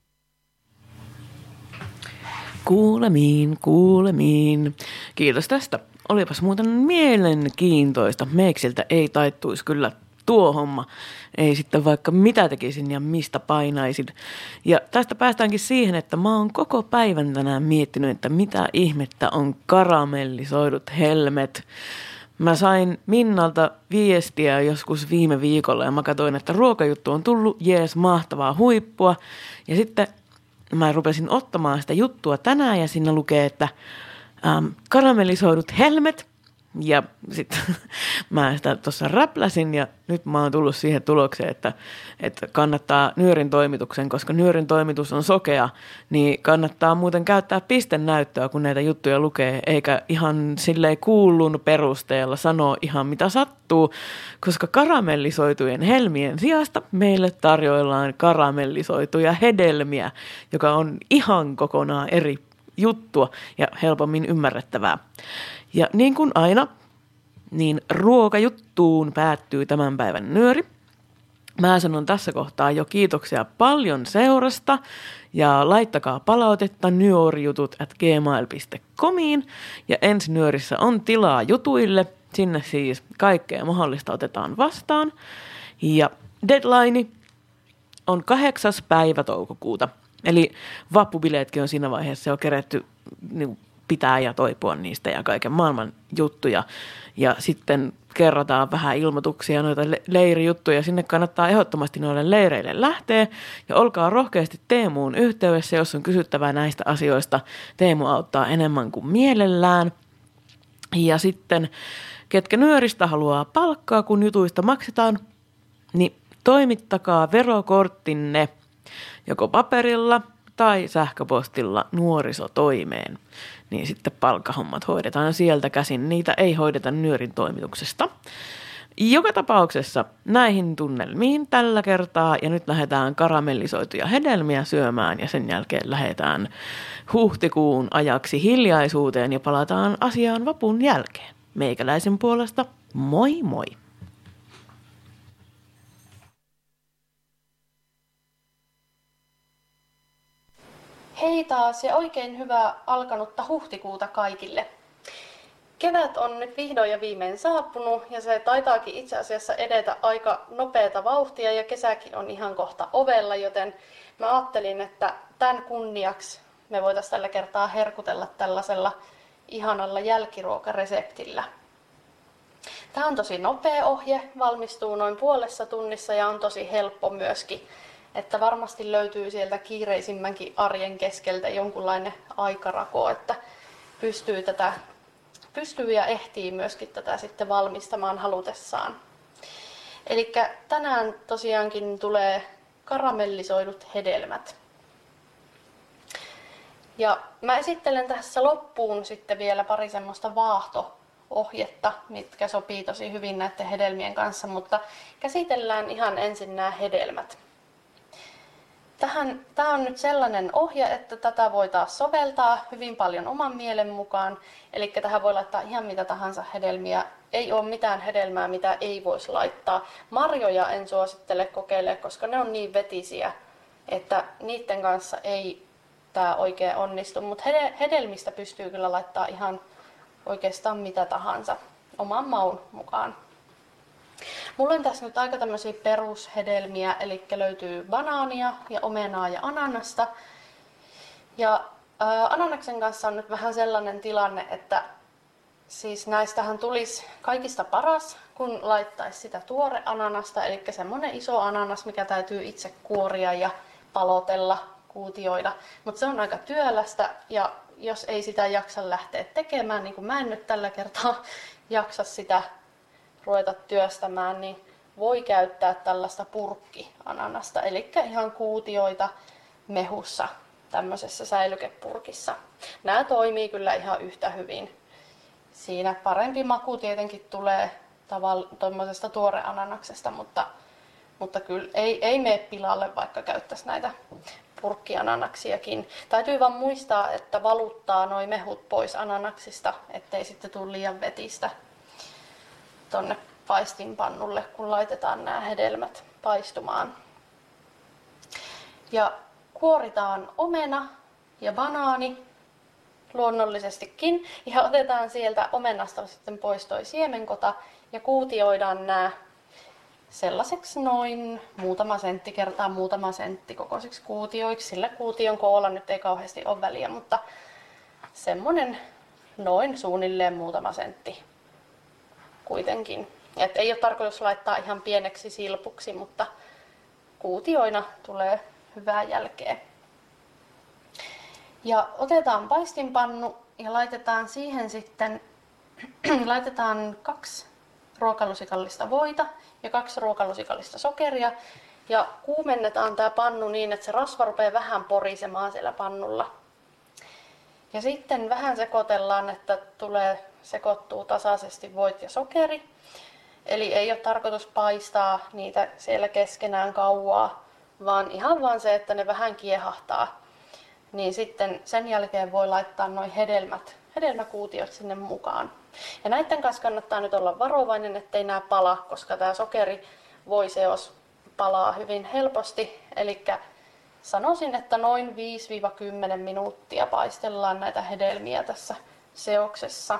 Kuulemiin. Kiitos tästä. Olipas muuten mielenkiintoista. Meiksiltä ei taittuisi kyllä tuo homma. Ei sitten vaikka mitä tekisin ja mistä painaisin. Ja tästä päästäänkin siihen, että mä oon koko päivän tänään miettinyt, että mitä ihmettä on karamellisoidut helmet. Mä sain Minnalta viestiä joskus viime viikolla ja mä katsoin, että ruokajuttu on tullut, jees, mahtavaa huippua. Ja sitten mä rupesin ottamaan sitä juttua tänään ja siinä lukee, että karamellisoidut helmet. Ja sitten mä sitä tuossa räpläsin ja nyt mä oon tullut siihen tulokseen, että kannattaa nyörin toimituksen, koska nyörin toimitus on sokea, niin kannattaa muuten käyttää pistennäyttöä, kun näitä juttuja lukee, eikä ihan silleen kuullun perusteella sanoa ihan mitä sattuu, koska karamellisoitujen helmien sijasta meille tarjoillaan karamellisoituja hedelmiä, joka on ihan kokonaan eri juttua ja helpommin ymmärrettävää. Ja niin kuin aina, niin ruokajuttuun päättyy tämän päivän nyöri. Mä sanon tässä kohtaa jo kiitoksia paljon seurasta ja laittakaa palautetta nyorijutut@gmail.comiin ja ensi nyörissä on tilaa jutuille. Sinne siis kaikkea mahdollista otetaan vastaan. Ja deadline on 8. päivä toukokuuta. Eli vappubileetkin on siinä vaiheessa jo kerätty pitää ja toipua niistä ja kaiken maailman juttuja. Ja sitten kerrotaan vähän ilmoituksia, noita leirijuttuja. Sinne kannattaa ehdottomasti noille leireille lähteä. Ja olkaa rohkeasti Teemuun yhteydessä, jos on kysyttävää näistä asioista. Teemu auttaa enemmän kuin mielellään. Ja sitten, ketkä nyöristä haluaa palkkaa, kun jutuista maksetaan, niin toimittakaa verokorttinne joko paperilla tai sähköpostilla nuorisotoimeen. Niin sitten palkkahommat hoidetaan sieltä käsin. Niitä ei hoideta nyörin toimituksesta. Joka tapauksessa näihin tunnelmiin tällä kertaa. Ja nyt lähdetään karamellisoituja hedelmiä syömään ja sen jälkeen lähdetään huhtikuun ajaksi hiljaisuuteen ja palataan asiaan vapun jälkeen. Meikäläisen puolesta moi moi! Hei taas ja oikein hyvää alkanutta huhtikuuta kaikille. Kevät on nyt vihdoin ja viimein saapunut ja se taitaakin itse asiassa edetä aika nopeata vauhtia ja kesäkin on ihan kohta ovella, joten mä ajattelin, että tämän kunniaksi me voitaisiin tällä kertaa herkutella tällaisella ihanalla jälkiruokareseptillä. Tämä on tosi nopea ohje, valmistuu noin puolessa tunnissa ja on tosi helppo myöskin. Että varmasti löytyy sieltä kiireisimmänkin arjen keskeltä jonkunlainen aikarako, että pystyy ja ehtii myöskin tätä sitten valmistamaan halutessaan. Eli tänään tosiaankin tulee karamellisoidut hedelmät. Ja mä esittelen tässä loppuun sitten vielä pari semmoista vaahto-ohjetta, mitkä sopii tosi hyvin näiden hedelmien kanssa, mutta käsitellään ihan ensin nämä hedelmät. Tämä on nyt sellainen ohje, että tätä voi taas soveltaa hyvin paljon oman mielen mukaan. Eli tähän voi laittaa ihan mitä tahansa hedelmiä. Ei ole mitään hedelmää, mitä ei voisi laittaa. Marjoja en suosittele kokeile, koska ne on niin vetisiä, että niiden kanssa ei tämä oikein onnistu. Mutta hedelmistä pystyy kyllä laittaa ihan oikeastaan mitä tahansa oman maun mukaan. Mulla on tässä nyt aika tämmöisiä perushedelmiä, eli löytyy banaania ja omenaa ja ananasta. Ja ananaksen kanssa on nyt vähän sellainen tilanne, että siis näistähän tulisi kaikista paras, kun laittaisi sitä tuoreananasta, eli semmoinen iso ananas, mikä täytyy itse kuoria ja palotella, kuutioida. Mutta se on aika työlästä ja jos ei sitä jaksa lähteä tekemään, niin kuin mä en nyt tällä kertaa jaksa sitä ruveta työstämään, niin voi käyttää tällaista purkkiananasta, eli ihan kuutioita mehussa tämmöisessä säilykepurkissa. Nämä toimii kyllä ihan yhtä hyvin. Siinä parempi maku tietenkin tulee tuommoisesta tuoreananaksesta, mutta kyllä ei mene pilalle, vaikka käyttäisi näitä purkkiananaksiakin. Täytyy vaan muistaa, että valuttaa nuo mehut pois ananaksista, ettei sitten tule liian vetistä tonne paistinpannulle, kun laitetaan nämä hedelmät paistumaan. Ja kuoritaan omena ja banaani luonnollisestikin ja otetaan sieltä omenasta sitten pois toi siemenkota ja kuutioidaan nämä sellaiseksi noin muutama sentti kertaa muutama sentti kokoisiksi kuutioiksi. Sillä kuution koolla nyt ei kauheasti ole väliä, mutta semmonen noin suunnilleen muutama sentti kuitenkin. Et ei ole tarkoitus laittaa ihan pieneksi silpuksi, mutta kuutioina tulee hyvää jälkeä. Ja otetaan paistinpannu ja laitetaan siihen sitten laitetaan 2 ruokalusikallista voita ja 2 ruokalusikallista sokeria. Ja kuumennetaan tämä pannu niin, että se rasva rupeaa vähän porisemaan siellä pannulla. Ja sitten vähän sekoitellaan, että sekoittuu tasaisesti voit ja sokeri. Eli ei ole tarkoitus paistaa niitä siellä keskenään kauaa, vaan ihan vaan se, että ne vähän kiehahtaa. Niin sitten sen jälkeen voi laittaa nuo hedelmäkuutiot sinne mukaan. Ja näiden kanssa kannattaa nyt olla varovainen, ettei nämä pala, koska tämä sokeri voiseos palaa hyvin helposti. Eli sanoisin, että noin 5-10 minuuttia paistellaan näitä hedelmiä tässä seoksessa.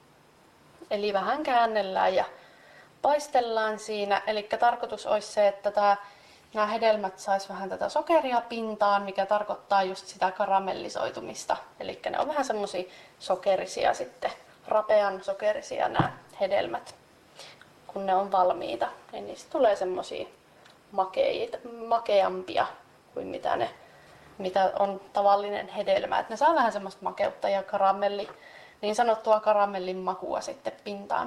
Eli vähän käännellään ja paistellaan siinä. Eli tarkoitus olisi se, että nämä hedelmät sais vähän tätä sokeria pintaan, mikä tarkoittaa just sitä karamellisoitumista. Eli ne on vähän semmosia sokerisia sitten, rapean sokerisia nämä hedelmät. Kun ne on valmiita, niin niistä tulee semmosia makeampia kuin mitä on tavallinen hedelmä. Et ne saa vähän semmoista makeutta ja niin sanottua karamellin makua sitten pintaan.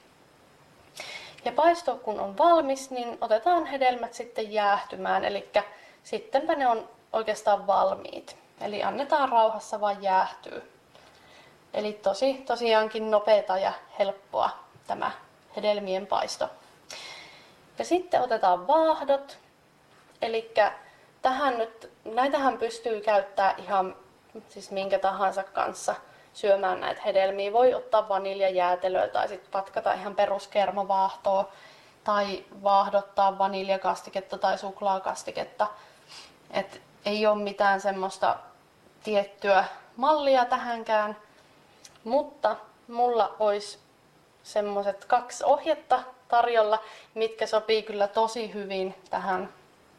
Ja paisto kun on valmis, niin otetaan hedelmät sitten jäähtymään, eli sittenpä ne on oikeastaan valmiit. Eli annetaan rauhassa vaan jäähtyä. Eli tosiaankin nopeata ja helppoa tämä hedelmien paisto. Ja sitten otetaan vaahdot, eli näitähän pystyy käyttämään ihan siis minkä tahansa kanssa syömään näitä hedelmiä. Voi ottaa vaniljajäätelöä tai sitten patkata ihan peruskermavaahtoa tai vaahdottaa vaniljakastiketta tai suklaakastiketta. Et ei ole mitään semmoista tiettyä mallia tähänkään, mutta mulla olisi semmoiset 2 ohjetta tarjolla, mitkä sopii kyllä tosi hyvin tähän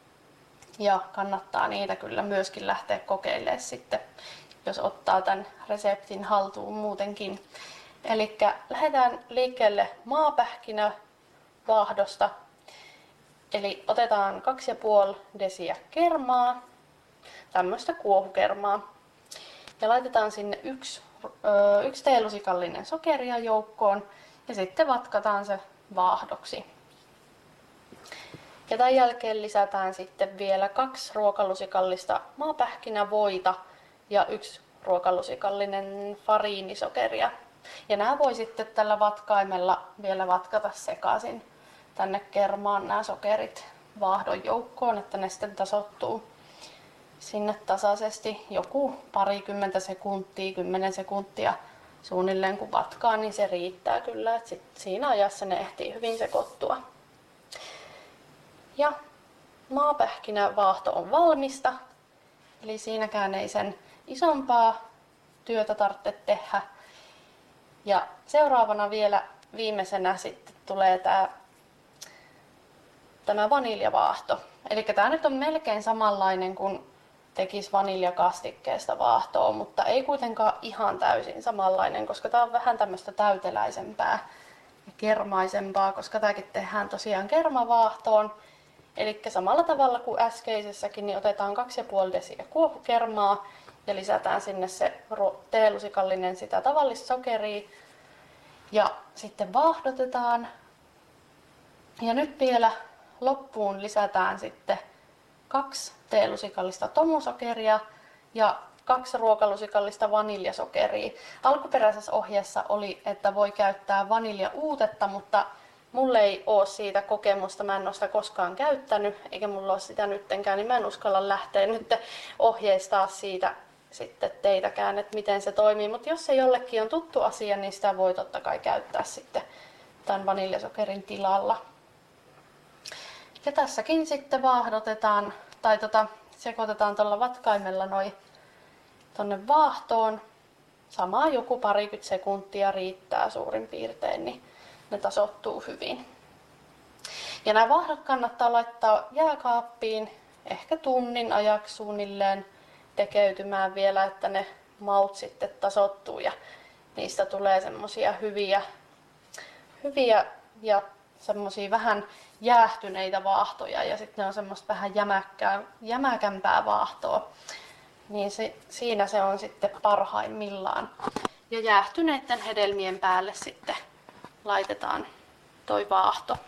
ja kannattaa niitä kyllä myöskin lähteä kokeilemaan sitten, jos ottaa tämän reseptin haltuun muutenkin. Eli lähdetään liikkeelle maapähkinävaahdosta. Eli otetaan 2,5 desiä kermaa, tämmöistä kuohukermaa. Ja laitetaan sinne 1 teelusikallinen sokeria joukkoon ja sitten vatkataan se vaahdoksi. Ja tämän jälkeen lisätään sitten vielä 2 ruokalusikallista maapähkinävoita ja 1 ruokalusikallinen fariinisokeria. Ja nämä voi sitten tällä vatkaimella vielä vatkata sekaisin tänne kermaan nämä sokerit vaahdon joukkoon, että ne sitten tasoittuu sinne tasaisesti joku parikymmentä sekuntia, 10 sekuntia suunnilleen kun vatkaa, niin se riittää kyllä, että siinä ajassa ne ehtii hyvin sekoittua. Ja maapähkinävaahto on valmista, eli siinäkään ei sen isompaa työtä tarvitse tehdä. Ja seuraavana vielä viimeisenä sitten tulee tämä vaniljavaahto. Eli tämä nyt on melkein samanlainen kuin tekisi vaniljakastikkeesta vaahtoa, mutta ei kuitenkaan ihan täysin samanlainen, koska tämä on vähän tämmöistä täyteläisempää ja kermaisempaa, koska tämäkin tehdään tosiaan kermavaahtoon. Eli samalla tavalla kuin äskeisessäkin, niin otetaan 2,5 desiä kuohukermaa ja lisätään sinne se teelusikallinen sitä tavallista sokeria ja sitten vaahdotetaan. Ja nyt vielä loppuun lisätään sitten 2 teelusikallista tomusokeria ja 2 ruokalusikallista vaniljasokeria. Alkuperäisessä ohjeessa oli, että voi käyttää vaniljauutetta, mutta mulle ei ole siitä kokemusta, mä en ole sitä koskaan käyttänyt, eikä mulla ole sitä nyttenkään, niin mä en uskalla lähteä nyt ohjeistaa siitä sitten teitäkään, että miten se toimii. Mutta jos se jollekin on tuttu asia, niin sitä voi totta kai käyttää sitten tämän vaniljasokerin tilalla. Ja tässäkin sitten vaahdotetaan, tai sekoitetaan tuolla vatkaimella tonne vaahtoon. Samaa joku 20 sekuntia riittää suurin piirtein, niin ne tasoittuu hyvin. Ja nämä vaahdot kannattaa laittaa jääkaappiin ehkä tunnin ajaksi suunnilleen tekeytymään vielä, että ne maut sitten tasoittuu ja niistä tulee semmosia hyviä ja semmosia vähän jäähtyneitä vaahtoja ja sitten ne on semmoista vähän jämäkämpää vaahtoa. Niin siinä se on sitten parhaimmillaan. Ja jäähtyneiden hedelmien päälle sitten laitetaan toi vaahto.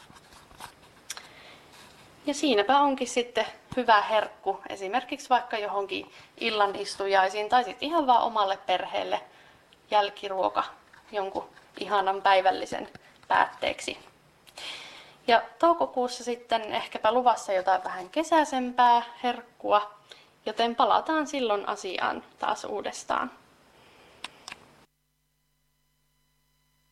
Ja siinäpä onkin sitten hyvä herkku, esimerkiksi vaikka johonkin illanistujaisiin tai sitten ihan vaan omalle perheelle jälkiruoka jonkun ihanan päivällisen päätteeksi. Ja toukokuussa sitten ehkäpä luvassa jotain vähän kesäisempää herkkua, joten palataan silloin asiaan taas uudestaan.